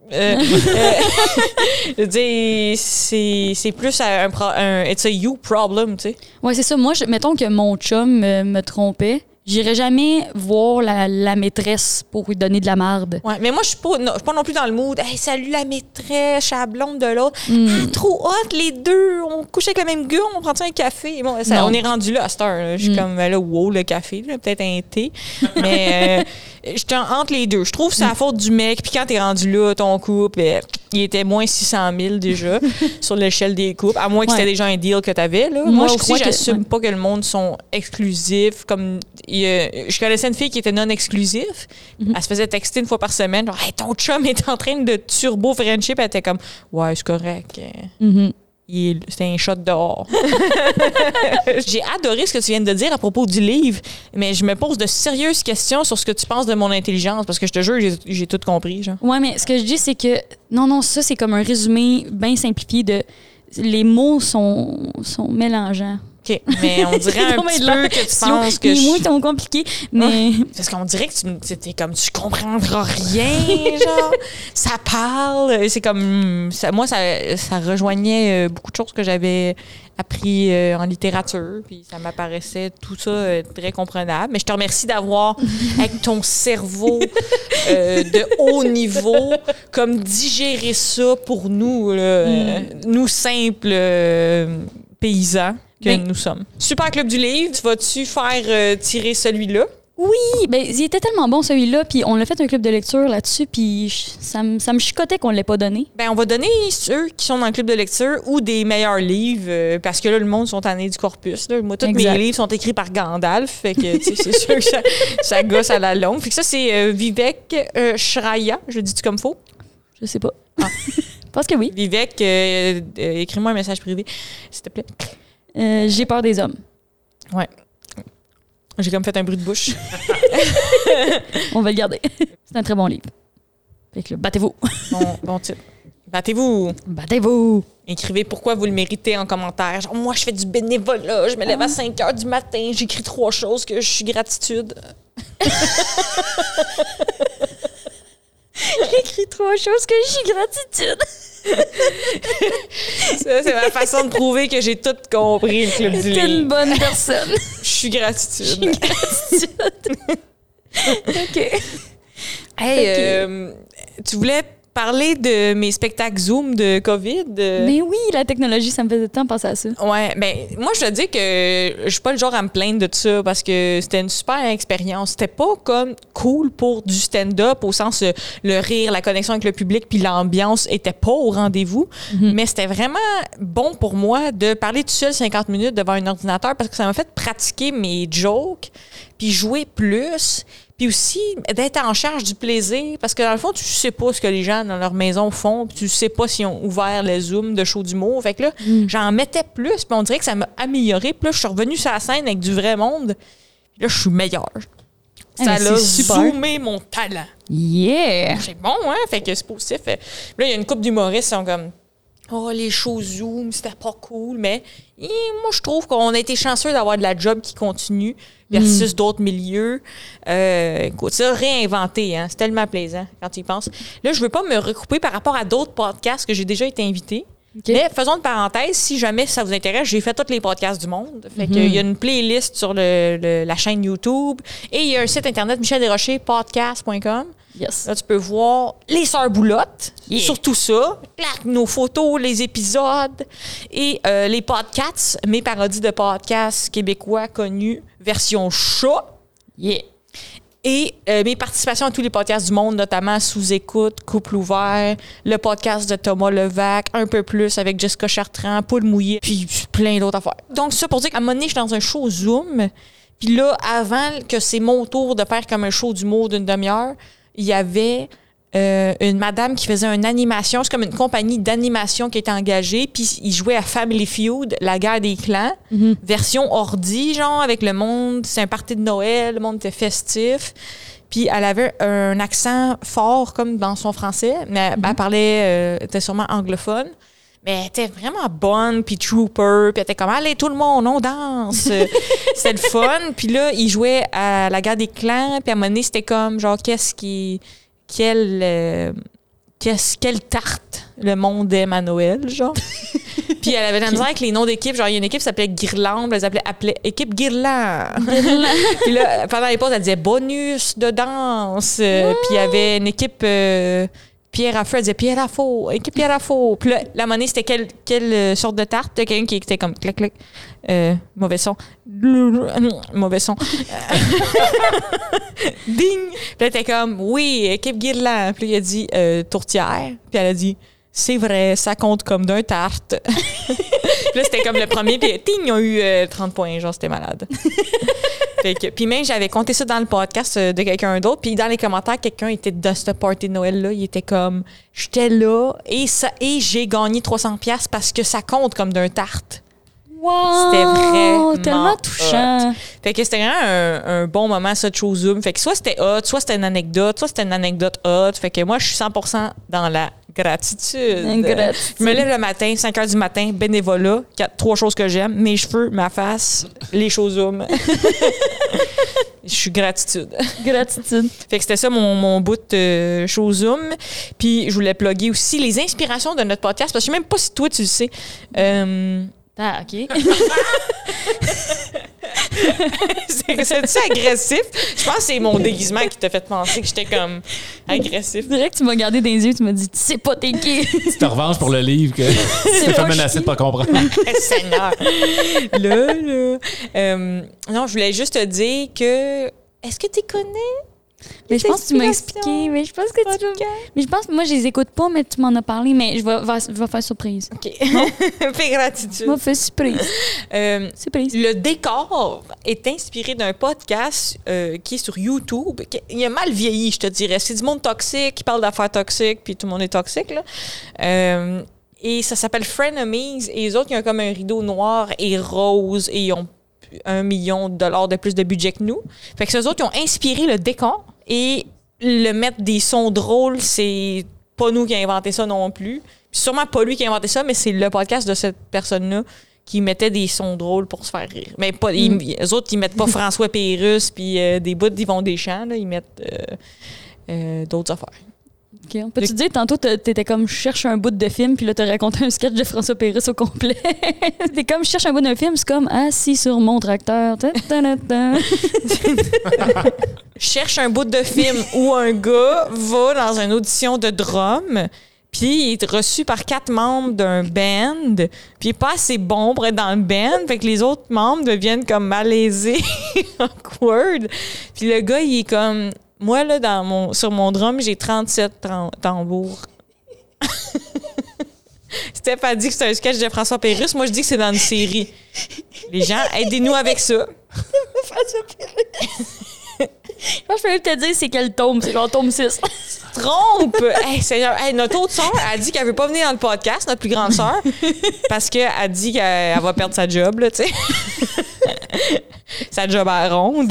Je veux dire, c'est plus un it's a you problem, tu sais. Ouais, c'est ça. Moi, mettons que mon chum me trompait. J'irais jamais voir la maîtresse pour lui donner de la marde. Ouais, mais moi, je suis pas non plus dans le mood. Hey, salut la maîtresse, je suis la blonde de l'autre. Ah, trop hot, les deux. On couche avec le même gars, on prend un café. Bon, on est rendu là à cette heure. Je suis comme, là, wow, le café, là, peut-être un thé. Mais j'étais entre les deux. Je trouve que c'est la faute du mec. Puis quand t'es rendu là, ton couple, il était moins 600 000 déjà sur l'échelle des couples. À moins que c'était déjà un deal que t'avais. Là. Moi aussi, j'assume pas que le monde sont exclusifs. Comme je connaissais une fille qui était non exclusive. Elle se faisait texter une fois par semaine. Genre, hey, ton chum est en train de turbo friendship. Elle était comme, ouais, c'est correct. C'était un shot dehors. J'ai adoré ce que tu viens de dire à propos du livre, mais je me pose de sérieuses questions sur ce que tu penses de mon intelligence, parce que je te jure, j'ai tout compris. Genre. Ouais, mais ce que je dis, c'est que... Non, ça, c'est comme un résumé bien simplifié de... Les mots sont mélangeants. OK, mais on dirait un petit peu que tu penses que... Les mots sont compliqués, mais... Parce qu'on dirait que c'était comme, tu comprendras rien, genre. Ça parle. C'est comme... moi, ça rejoignait beaucoup de choses que j'avais appris en littérature, puis ça m'apparaissait tout ça très comprenable. Mais je te remercie d'avoir, avec ton cerveau de haut niveau, comme digéré ça pour nous, nous simples paysans que nous sommes. Super Club du Livre, tu vas-tu faire tirer celui-là? Oui, ben il était tellement bon celui-là, puis on l'a fait un club de lecture là-dessus, puis ça me chicotait qu'on ne l'ait pas donné. Ben on va donner ceux qui sont dans le club de lecture ou des meilleurs livres, parce que là, le monde sont tannés du corpus. Là. Moi, tous mes livres sont écrits par Gandalf, fait que c'est sûr que ça gosse à la longue. Fait que ça, c'est Vivek Shraya, je le dis-tu comme faux? Je sais pas. Ah. Je pense que oui. Vivek, écris-moi un message privé, s'il te plaît. J'ai peur des hommes. Ouais. J'ai comme fait un bruit de bouche. On va le garder. C'est un très bon livre. Fait que là, battez-vous. Bon titre. Battez-vous. Battez-vous. Écrivez pourquoi vous le méritez en commentaire. Genre, moi, je fais du bénévolat. Je me lève à 5 heures du matin. J'écris 3 choses que je suis gratitude. J'écris 3 choses que je suis gratitude. Ça, c'est ma façon de prouver que j'ai tout compris, le Club du Livre. T'es une bonne personne. Je suis gratitude. OK. Hey, tu voulais parler de mes spectacles Zoom de COVID? Mais oui, la technologie, ça me faisait tant penser à ça. Ouais, ben moi, je te dis que je suis pas le genre à me plaindre de ça parce que c'était une super expérience. C'était pas comme cool pour du stand-up au sens le rire, la connexion avec le public puis l'ambiance était pas au rendez-vous, mais c'était vraiment bon pour moi de parler tout seul 50 minutes devant un ordinateur parce que ça m'a fait pratiquer mes jokes puis jouer plus. Puis aussi, d'être en charge du plaisir, parce que dans le fond, tu sais pas ce que les gens dans leur maison font, puis tu sais pas s'ils ont ouvert le Zoom de show d'humour. Fait que là, j'en mettais plus, puis on dirait que ça m'a amélioré. Puis là, je suis revenue sur la scène avec du vrai monde. Puis là, je suis meilleure. Ça a zoomé mon talent. Yeah! C'est bon, hein? Fait que c'est positif. Là, il y a une couple d'humoristes qui sont comme... Oh, les shows Zoom, c'était pas cool, mais moi, je trouve qu'on a été chanceux d'avoir de la job qui continue versus d'autres milieux. Écoute, ça, réinventer, hein, c'est tellement plaisant quand tu y penses. Là, je veux pas me recouper par rapport à d'autres podcasts que j'ai déjà été invitée. Okay. Mais faisons une parenthèse, si jamais ça vous intéresse, j'ai fait tous les podcasts du monde. Fait qu'il y a une playlist sur la chaîne YouTube et il y a un site internet michelderocherpodcast.com. Yes. Là, tu peux voir les Sœurs Boulottes, surtout ça, nos photos, les épisodes et les podcasts, mes parodies de podcasts québécois connus, version chat. Yeah. Et mes participations à tous les podcasts du monde, notamment Sous-écoute, Couple ouvert, le podcast de Thomas Levac, Un peu plus avec Jessica Chartrand, Poule mouillée, puis plein d'autres affaires. Donc, ça pour dire qu'à un moment donné, je suis dans un show Zoom, puis là, avant que c'est mon tour de faire comme un show d'humour d'une demi-heure, il y avait une madame qui faisait une animation. C'est comme une compagnie d'animation qui était engagée. Puis ils jouaient à Family Feud, la guerre des clans, version ordi, genre, avec le monde. C'est un party de Noël, le monde était festif. Puis elle avait un accent fort, comme dans son français. Mais elle parlait, était sûrement anglophone. Mais elle était vraiment bonne, puis trooper, puis elle était comme « Allez, tout le monde, on danse! » C'était le fun. Puis là, ils jouaient à la guerre des clans, puis à un moment donné, c'était comme genre quelle tarte le monde aime à Noël, genre. Puis elle avait de la misère avec les noms d'équipes. Genre, il y a une équipe qui s'appelait Guirlande, elle s'appelait équipe Guirlande. Puis là, pendant les pauses, elle disait bonus de danse. Puis il y avait une équipe Pierre à feu, elle disait Pierre à faux, Pierre à faux. Puis là, la monnaie, c'était quelle sorte de tarte? Quelqu'un qui était comme clac, clac. Mauvais son. Mauvais son. Ding! Puis elle était comme, oui, équipe Guirland. Puis il a dit tourtière. Puis elle a dit, c'est vrai, ça compte comme d'un tarte. Puis là, c'était comme le premier. Puis ting, ils ont eu 30 points. Genre, c'était malade. Puis même, j'avais compté ça dans le podcast de quelqu'un d'autre. Puis dans les commentaires, quelqu'un était dans ce party de Noël-là. Il était comme, j'étais là et j'ai gagné 300$ parce que ça compte comme d'un tarte. Wow! C'était vraiment tellement touchant. Hot. Fait que c'était vraiment un bon moment, ça, de showzoom. Fait que soit c'était hot, soit c'était une anecdote, soit c'était une anecdote hot. Fait que moi, je suis 100% dans la gratitude. Je me lève le matin, 5h du matin, bénévolat, 3 choses que j'aime, mes cheveux, ma face, les showzooms. Je suis gratitude. Gratitude. Fait que c'était ça mon bout de showzoom. Puis je voulais plugger aussi les inspirations de notre podcast, parce que je sais même pas si toi tu le sais. Ah, OK. C'est-tu agressif? Je pense que c'est mon déguisement qui t'a fait penser que j'étais comme agressif. Je dirais que tu m'as regardé dans les yeux, tu m'as dit, tu sais pas t'es qui. Tu te revanches pour le livre que tu t'es fait menacer de pas comprendre. Seigneur. Là. Non, je voulais juste te dire que... Est-ce que tu connais? Mais je pense que tu m'as expliqué. Mais je pense que Mais je pense que moi, je les écoute pas, mais tu m'en as parlé. Mais je vais faire surprise. OK. Fais gratitude. Je vais faire surprise. Surprise. Le décor est inspiré d'un podcast qui est sur YouTube. Il a mal vieilli, je te dirais. C'est du monde toxique qui parle d'affaires toxiques, puis tout le monde est toxique, là. Et ça s'appelle Frenemies. Et les autres, ils ont comme un rideau noir et rose. Et ils ont $1 million de plus de budget que nous. Fait que ces autres, ils ont inspiré le décor et le mettre des sons drôles, c'est pas nous qui avons inventé ça non plus. Puis sûrement pas lui qui a inventé ça, mais c'est le podcast de cette personne-là qui mettait des sons drôles pour se faire rire. Mais pas, les autres, ils mettent pas François Pérusse puis des bouts d'Yvon Deschamps, là, ils mettent d'autres affaires. OK. On peut-tu dire, tantôt, t'étais comme, je cherche un bout de film, puis là, t'as raconté un sketch de François Pérusse au complet. T'es comme, je cherche un bout d'un film, c'est comme, assis sur mon tracteur. Je cherche un bout de film où un gars va dans une audition de drum, puis il est reçu par 4 membres d'un band, puis il est pas assez bon pour être dans le band, fait que les autres membres deviennent comme malaisés, awkward. Puis le gars, il est comme... Moi, là, sur mon drum, j'ai 37 tambours. Steph a dit que c'est un sketch de François Pérusse. Moi, je dis que c'est dans une série. Les gens, aidez-nous avec ça. François Pérusse. Je pense que je peux te dire c'est quel tome. C'est genre tome 6. Trompe! Hey, notre autre sœur a dit qu'elle veut pas venir dans le podcast, notre plus grande sœur, parce qu'elle a dit qu'elle va perdre sa job, là, tu sais. Sa job à ronde.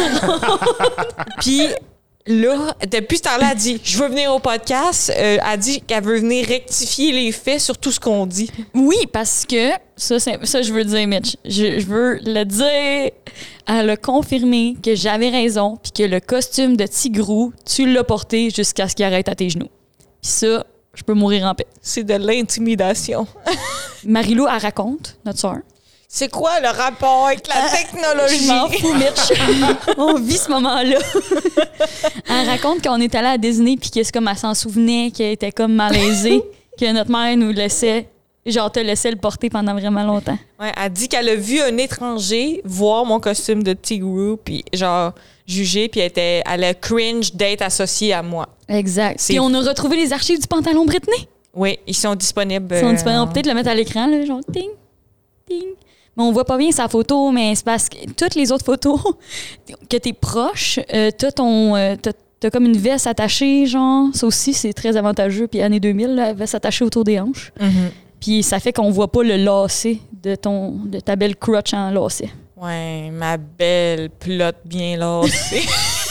Puis là, depuis ce temps-là, elle dit « Je veux venir au podcast ». Elle dit qu'elle veut venir rectifier les faits sur tout ce qu'on dit. Oui, parce que, ça je veux dire, Mitch. Je veux le dire. Elle a confirmé que j'avais raison puis que le costume de Tigrou, tu l'as porté jusqu'à ce qu'il arrête à tes genoux. Puis ça, je peux mourir en paix. C'est de l'intimidation. Marie-Lou, elle raconte, notre sœur. C'est quoi le rapport avec la technologie? Je m'en fous, Mitch. On vit ce moment-là. Elle raconte qu'on est allé à Disney puis que c'est comme elle s'en souvenait, qu'elle était comme malaisée, que notre mère nous laissait, genre te laissait le porter pendant vraiment longtemps. Ouais, elle dit qu'elle a vu un étranger voir mon costume de Tigrou puis genre juger puis elle a cringe d'être associée à moi. Exact. Puis on a retrouvé les archives du pantalon Britney. Oui, ils sont disponibles. Ils sont disponibles. On peut peut-être le mettre à l'écran, là, genre ting, ting. Mais on voit pas bien sa photo, mais c'est parce que toutes les autres photos que t'es proche, t'as comme une veste attachée, genre. Ça aussi, c'est très avantageux. Puis années 2000, la veste attachée autour des hanches. Mm-hmm. Puis ça fait qu'on voit pas le lacet de ta belle crotch en lacet. Ouais, ma belle pelote bien lacée.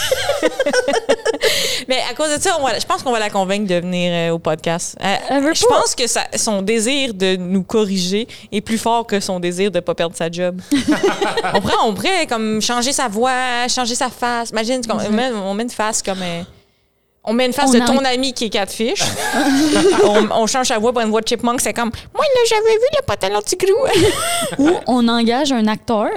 Mais à cause de ça, je pense qu'on va la convaincre de venir au podcast. Je pense que son désir de nous corriger est plus fort que son désir de ne pas perdre sa job. on pourrait comme changer sa voix, changer sa face. Imagine, on met une face comme... on met une face de ton ami qui est Catfish. on change sa voix pour une voix de Chipmunk. C'est comme, moi, là, j'avais vu le pantalon Tigrou. Ou on engage un acteur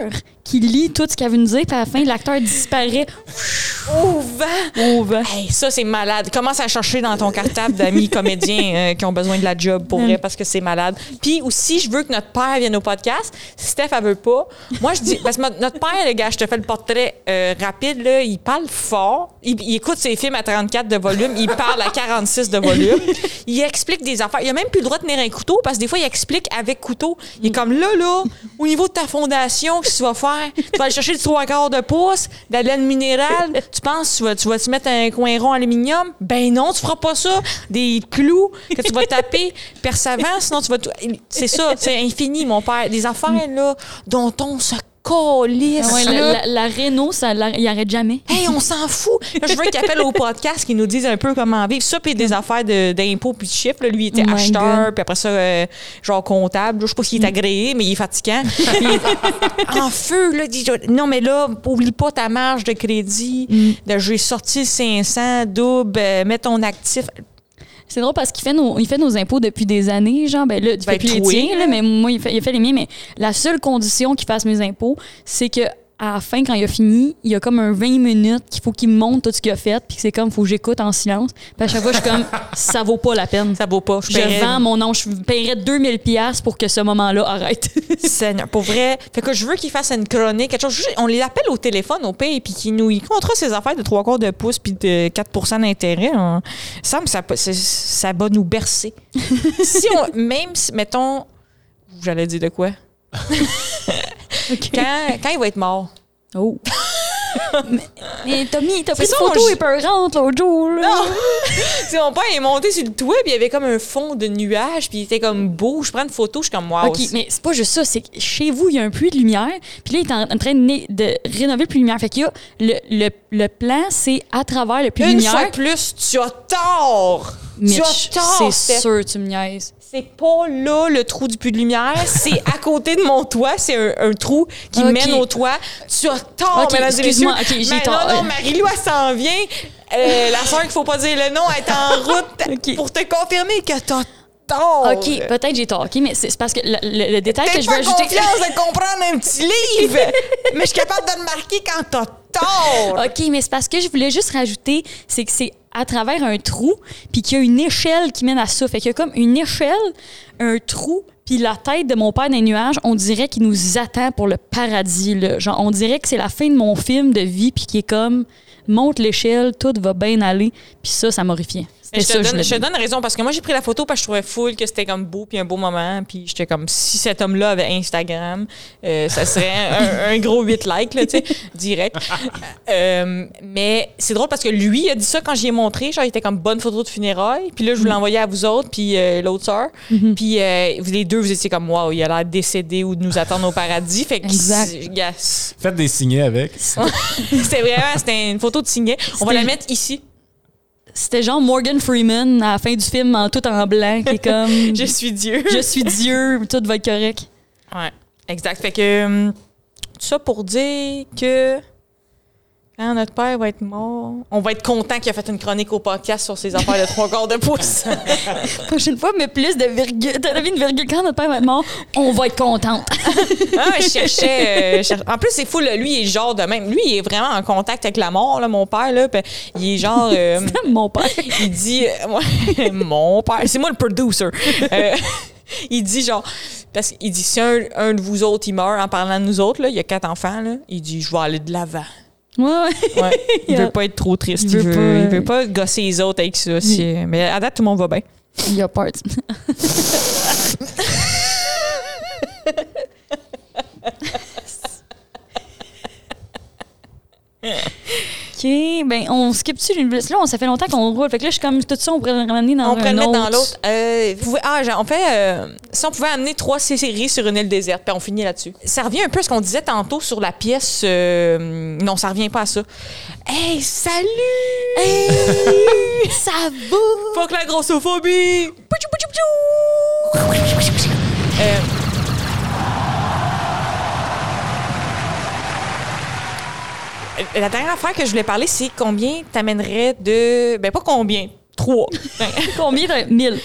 qui lit tout ce qu'elle veut nous dire, puis à la fin, l'acteur disparaît Au vent! Hey, ça, c'est malade. Commence à chercher dans ton cartable d'amis comédiens qui ont besoin de la job pour vrai, parce que c'est malade. Puis aussi, je veux que notre père vienne au podcast. Si Steph, elle veut pas. Moi, je dis... Parce que notre père, le gars, je te fais le portrait rapide, là, il parle fort. Il écoute ses films à 34 de volume. Il parle à 46 de volume. Il explique des affaires. Il a même plus le droit de tenir un couteau, parce que des fois, il explique avec couteau. Il est comme là, au niveau de ta fondation, qu'est-ce que tu vas faire? Tu vas aller chercher du 3/4 de pouce, de la laine minérale. Tu penses tu vas te mettre un coin rond aluminium? Ben non, tu feras pas ça. Des clous que tu vas taper perçavant, sinon tu vas tout... C'est ça, c'est infini, mon père. Des affaires, là, dont on se calisse. Ouais, la Renault, il arrête jamais. Hey, on s'en fout. Là, je veux qu'il appelle au podcast, qu'il nous dise un peu comment vivre. Ça, puis des affaires d'impôts puis de chiffres. Là, lui, il était acheteur, puis après ça, genre comptable. Je sais pas s'il est agréé, mais il est fatigant. En feu, là, dit, non, mais là, oublie pas ta marge de crédit. J'ai sorti 500, double, mets ton actif. C'est drôle parce qu'il fait nos impôts depuis des années, genre, ben là, il fait plus les tiens, là, mais moi, il fait les miens, mais la seule condition qu'il fasse mes impôts, c'est que à la fin, quand il a fini, il y a comme un 20 minutes qu'il faut qu'il me montre tout ce qu'il a fait, puis c'est comme, faut que j'écoute en silence. Puis à chaque fois, je suis comme, ça vaut pas la peine. Ça vaut pas. Je vends mon nom, je paierais 2000$ pour que ce moment-là arrête. Seigneur, pour vrai. Fait que je veux qu'il fasse une chronique, quelque chose. On les appelle au téléphone, au pays, puis qu'il nous comptera ses affaires de 3/4 de pouce, puis de 4% d'intérêt. Il semble que ça va nous bercer. Même si, mettons, j'allais dire de quoi? Okay. Quand il va être mort. Oh. mais Tommy, t'as pris une photo épeurante l'autre jour. Là. Non! C'est mon père est monté sur le toit, puis il y avait comme un fond de nuages, puis il était comme beau. Je prends une photo, je suis comme wow. OK, mais c'est pas juste ça. C'est que chez vous, il y a un puits de lumière, puis là, il est en train de rénover le puits de lumière. Fait qu'il y a le plan, c'est à travers le puits de lumière. Une fois plus, tu as tort! Mitch, tu as tort! C'est sûr, tu me niaises. C'est pas là le trou du puits de lumière, c'est à côté de mon toit, c'est un trou qui mène au toit. Tu as tort, mesdames et messieurs. J'ai tort. Non, Marie-Lou, elle s'en vient. La sœur qu'il faut pas dire le nom, elle est en route pour te confirmer que t'as tort. OK, peut-être j'ai tort. OK, mais c'est parce que le détail que je veux ajouter... T'as pas confiance de comprendre un petit livre, mais je suis capable de le marquer quand t'as tort. OK, mais c'est parce que je voulais juste rajouter, c'est que c'est à travers un trou, puis qu'il y a une échelle qui mène à ça. Fait qu'il y a comme une échelle, un trou, puis la tête de mon père dans les nuages, on dirait qu'il nous attend pour le paradis. Là. Genre, on dirait que c'est la fin de mon film de vie, puis qui est comme, monte l'échelle, tout va bien aller. Puis ça m'horrifiait. Je te donne raison, parce que moi, j'ai pris la photo parce que je trouvais full que c'était comme beau puis un beau moment. Puis j'étais comme, si cet homme-là avait Instagram, ça serait un gros 8 likes, là, tu sais, direct. Mais c'est drôle parce que lui, il a dit ça quand j'y ai montré. Genre, il était comme bonne photo de funérailles. Puis là, je vous l'envoyais à vous autres, puis l'autre sœur. Puis les deux, vous étiez comme, waouh, il a l'air décédé ou de nous attendre au paradis. Fait que, yes. Faites des signets avec. C'était une photo de signet. On va la mettre ici. C'était genre Morgan Freeman à la fin du film, tout en blanc, qui est comme... Je suis Dieu. Je suis Dieu, tout va être correct. Ouais, exact. Fait que tout ça pour dire que quand notre père va être mort, on va être content qu'il a fait une chronique au podcast sur ses affaires de 3/4 de pouce. Prochaine fois, mais plus de virgule. T'as vu une virgule. Quand notre père va être mort, on va être contente. Je cherchais. En plus, c'est fou, là, lui, il est genre de même. Lui, il est vraiment en contact avec la mort, là, mon père. Là, il est genre. Mon père. Il dit. Mon père. C'est moi le producer. Il dit genre. Parce qu'il dit si un de vous autres, il meurt en parlant de nous autres, là, il y a 4 enfants, là, il dit je vais aller de l'avant. Ouais. Il veut pas être trop triste. Il veut pas gosser les autres avec ça. Mais à date, tout le monde va bien. Il a peur. OK, ben on skip-tu l'université? Là, ça fait longtemps qu'on roule. Fait que là, je suis comme, tout ça, on pourrait le ramener dans un autre. On pourrait le mettre dans l'autre. On fait... si on pouvait amener 3 séries sur une île déserte, puis on finit là-dessus. Ça revient un peu à ce qu'on disait tantôt sur la pièce... non, ça revient pas à ça. Hey, salut! Hey! Ça va? Fuck la grossophobie! La dernière affaire que je voulais parler, c'est combien t'amènerais de... Ben, pas combien. 3. Combien t'as... 1000.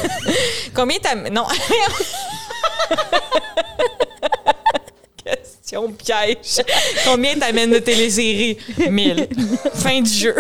Combien t'amènerais... Non. Question. Question piège. Combien t'amènes de téléséries? 1000. Fin du jeu.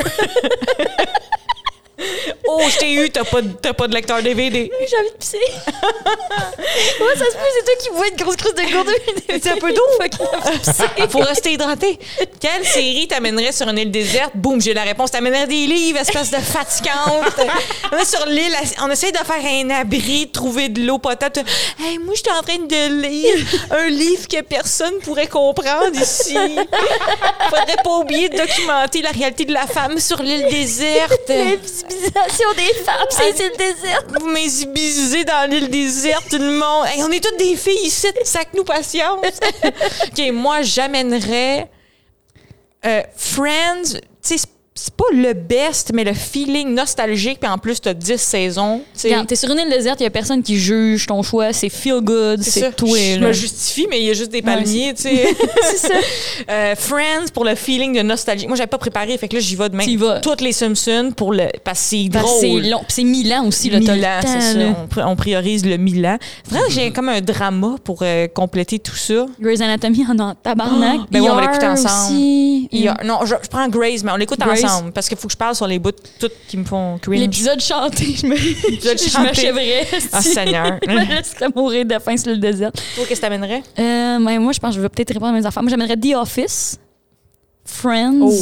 Oh, je t'ai eu, t'as pas de lecteur DVD. J'ai envie de pisser. Ouais, ça se peut, c'est toi qui bois une grosse crise de gourde. C'est un peu d'eau. Faut rester hydraté. Quelle série t'amènerait sur une île déserte? Boum, j'ai la réponse. T'amènerais des livres, espèce de fatigante. On est sur l'île, on essaie de faire un abri, de trouver de l'eau potable. Hey, moi, j'étais en train de lire un livre que personne pourrait comprendre ici. Faudrait pas oublier de documenter la réalité de la femme sur l'île déserte. L'invisibilisation des femmes, c'est le désert. Vous m'invisibilisez dans l'île déserte, tout le monde. Hey, on est toutes des filles ici, sac-nous patience. OK, moi, j'amènerais Friends, tu sais, c'est pas le best, mais le feeling nostalgique, puis en plus, t'as 10 saisons. Quand t'es sur une île déserte, il y a personne qui juge ton choix, c'est feel good, c'est toi. Je me justifie, mais il y a juste des palmiers, tu sais. C'est ça. Friends, pour le feeling de nostalgie. Moi, j'avais pas préparé, fait que là, j'y vais demain. Toutes les Simpsons, parce que c'est drôle. C'est long, puis c'est 1000 ans aussi, là, 1000 ans, c'est ça. On priorise le 1000 ans. Vraiment, j'ai comme un drama pour compléter tout ça. Grey's Anatomy en tabarnak. Ben oui, on va l'écouter ensemble. Aussi. Non, je prends Grey's, mais on l'écoute ensemble. Parce qu'il faut que je parle sur les bouts toutes qui me font cringe. L'épisode chanté, je m'achèverais. Ah, Seigneur. Je me laisserais mourir de faim sur le désert. Toi, qu'est-ce que t'amènerais? Moi, je pense que je vais peut-être répondre à mes affaires. Moi, j'amènerais The Office, Friends. Oh.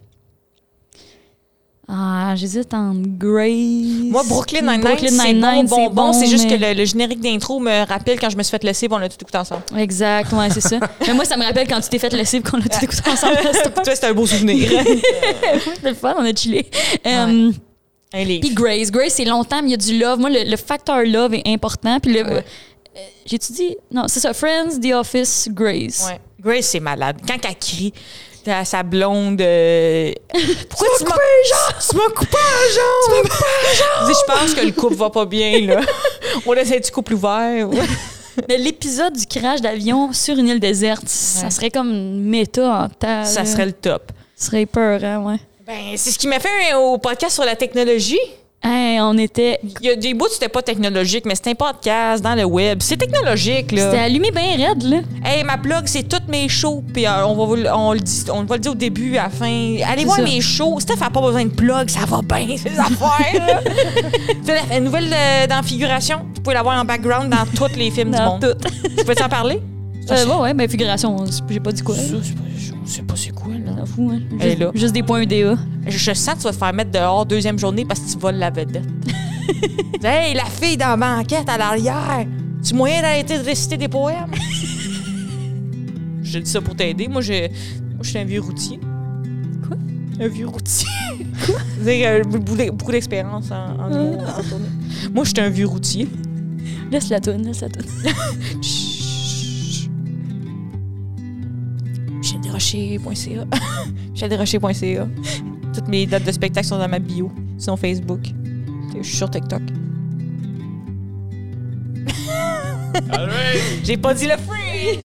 J'hésite entre Grey's. Moi, Brooklyn Nine-Nine, c'est bon. C'est juste que le générique d'intro me rappelle quand je me suis fait lessive, on l'a tout écouté ensemble. Exact, ouais, c'est ça. Mais moi, ça me rappelle quand tu t'es fait lessive qu'on l'a tout écouté ensemble. Toi, c'était un beau souvenir. C'était le fun, on a chillé. Puis Grey's, c'est longtemps, mais il y a du love. Moi, le facteur love est important. Puis j'ai-tu dit? Non, c'est ça. Friends, The Office, Grey's. Ouais. Grey's, c'est malade. Quand elle crie à sa blonde... Pourquoi tu m'as coupé un jambe? Je pense que le couple va pas bien, là. On essaie du couple ouvert. Mais l'épisode du crash d'avion sur une île déserte, ça serait comme une méta en temps. Ça serait le top. Ça serait peurant, ouais. Ben, c'est ce qui m'a fait au podcast sur la technologie. On était... Il y a des bouts, c'était pas technologique, mais c'était un podcast dans le web. C'est technologique, là. C'était allumé bien raide, là. Hey, ma blog, c'est toutes mes shows. Puis on va le dire au début, à la fin. Allez voir mes shows. Steph n'a pas besoin de plug, ça va bien, ces affaires. La nouvelle d'Enfiguration, vous pouvez la voir en background dans tous les films du monde. Tu peux t'en parler? Ouais, figuration, j'ai pas dit quoi. Je sais pas c'est quoi, là. T'en fous, hein? Juste des points UDA. Je sens que tu vas te faire mettre dehors deuxième journée parce que tu voles la vedette. Hey, la fille dans la banquette à l'arrière, tu moyen d'arrêter de réciter des poèmes? J'ai dit ça pour t'aider. Moi, je suis un vieux routier. Quoi? Un vieux routier. Quoi? Beaucoup d'expérience en tournée. Moi, je suis un vieux routier. Laisse la toune. MichelleDesrochers.ca. MichelleDesrochers.ca. Toutes mes dates de spectacle sont dans ma bio. Sur Facebook. Je suis sur TikTok. J'ai pas dit le free!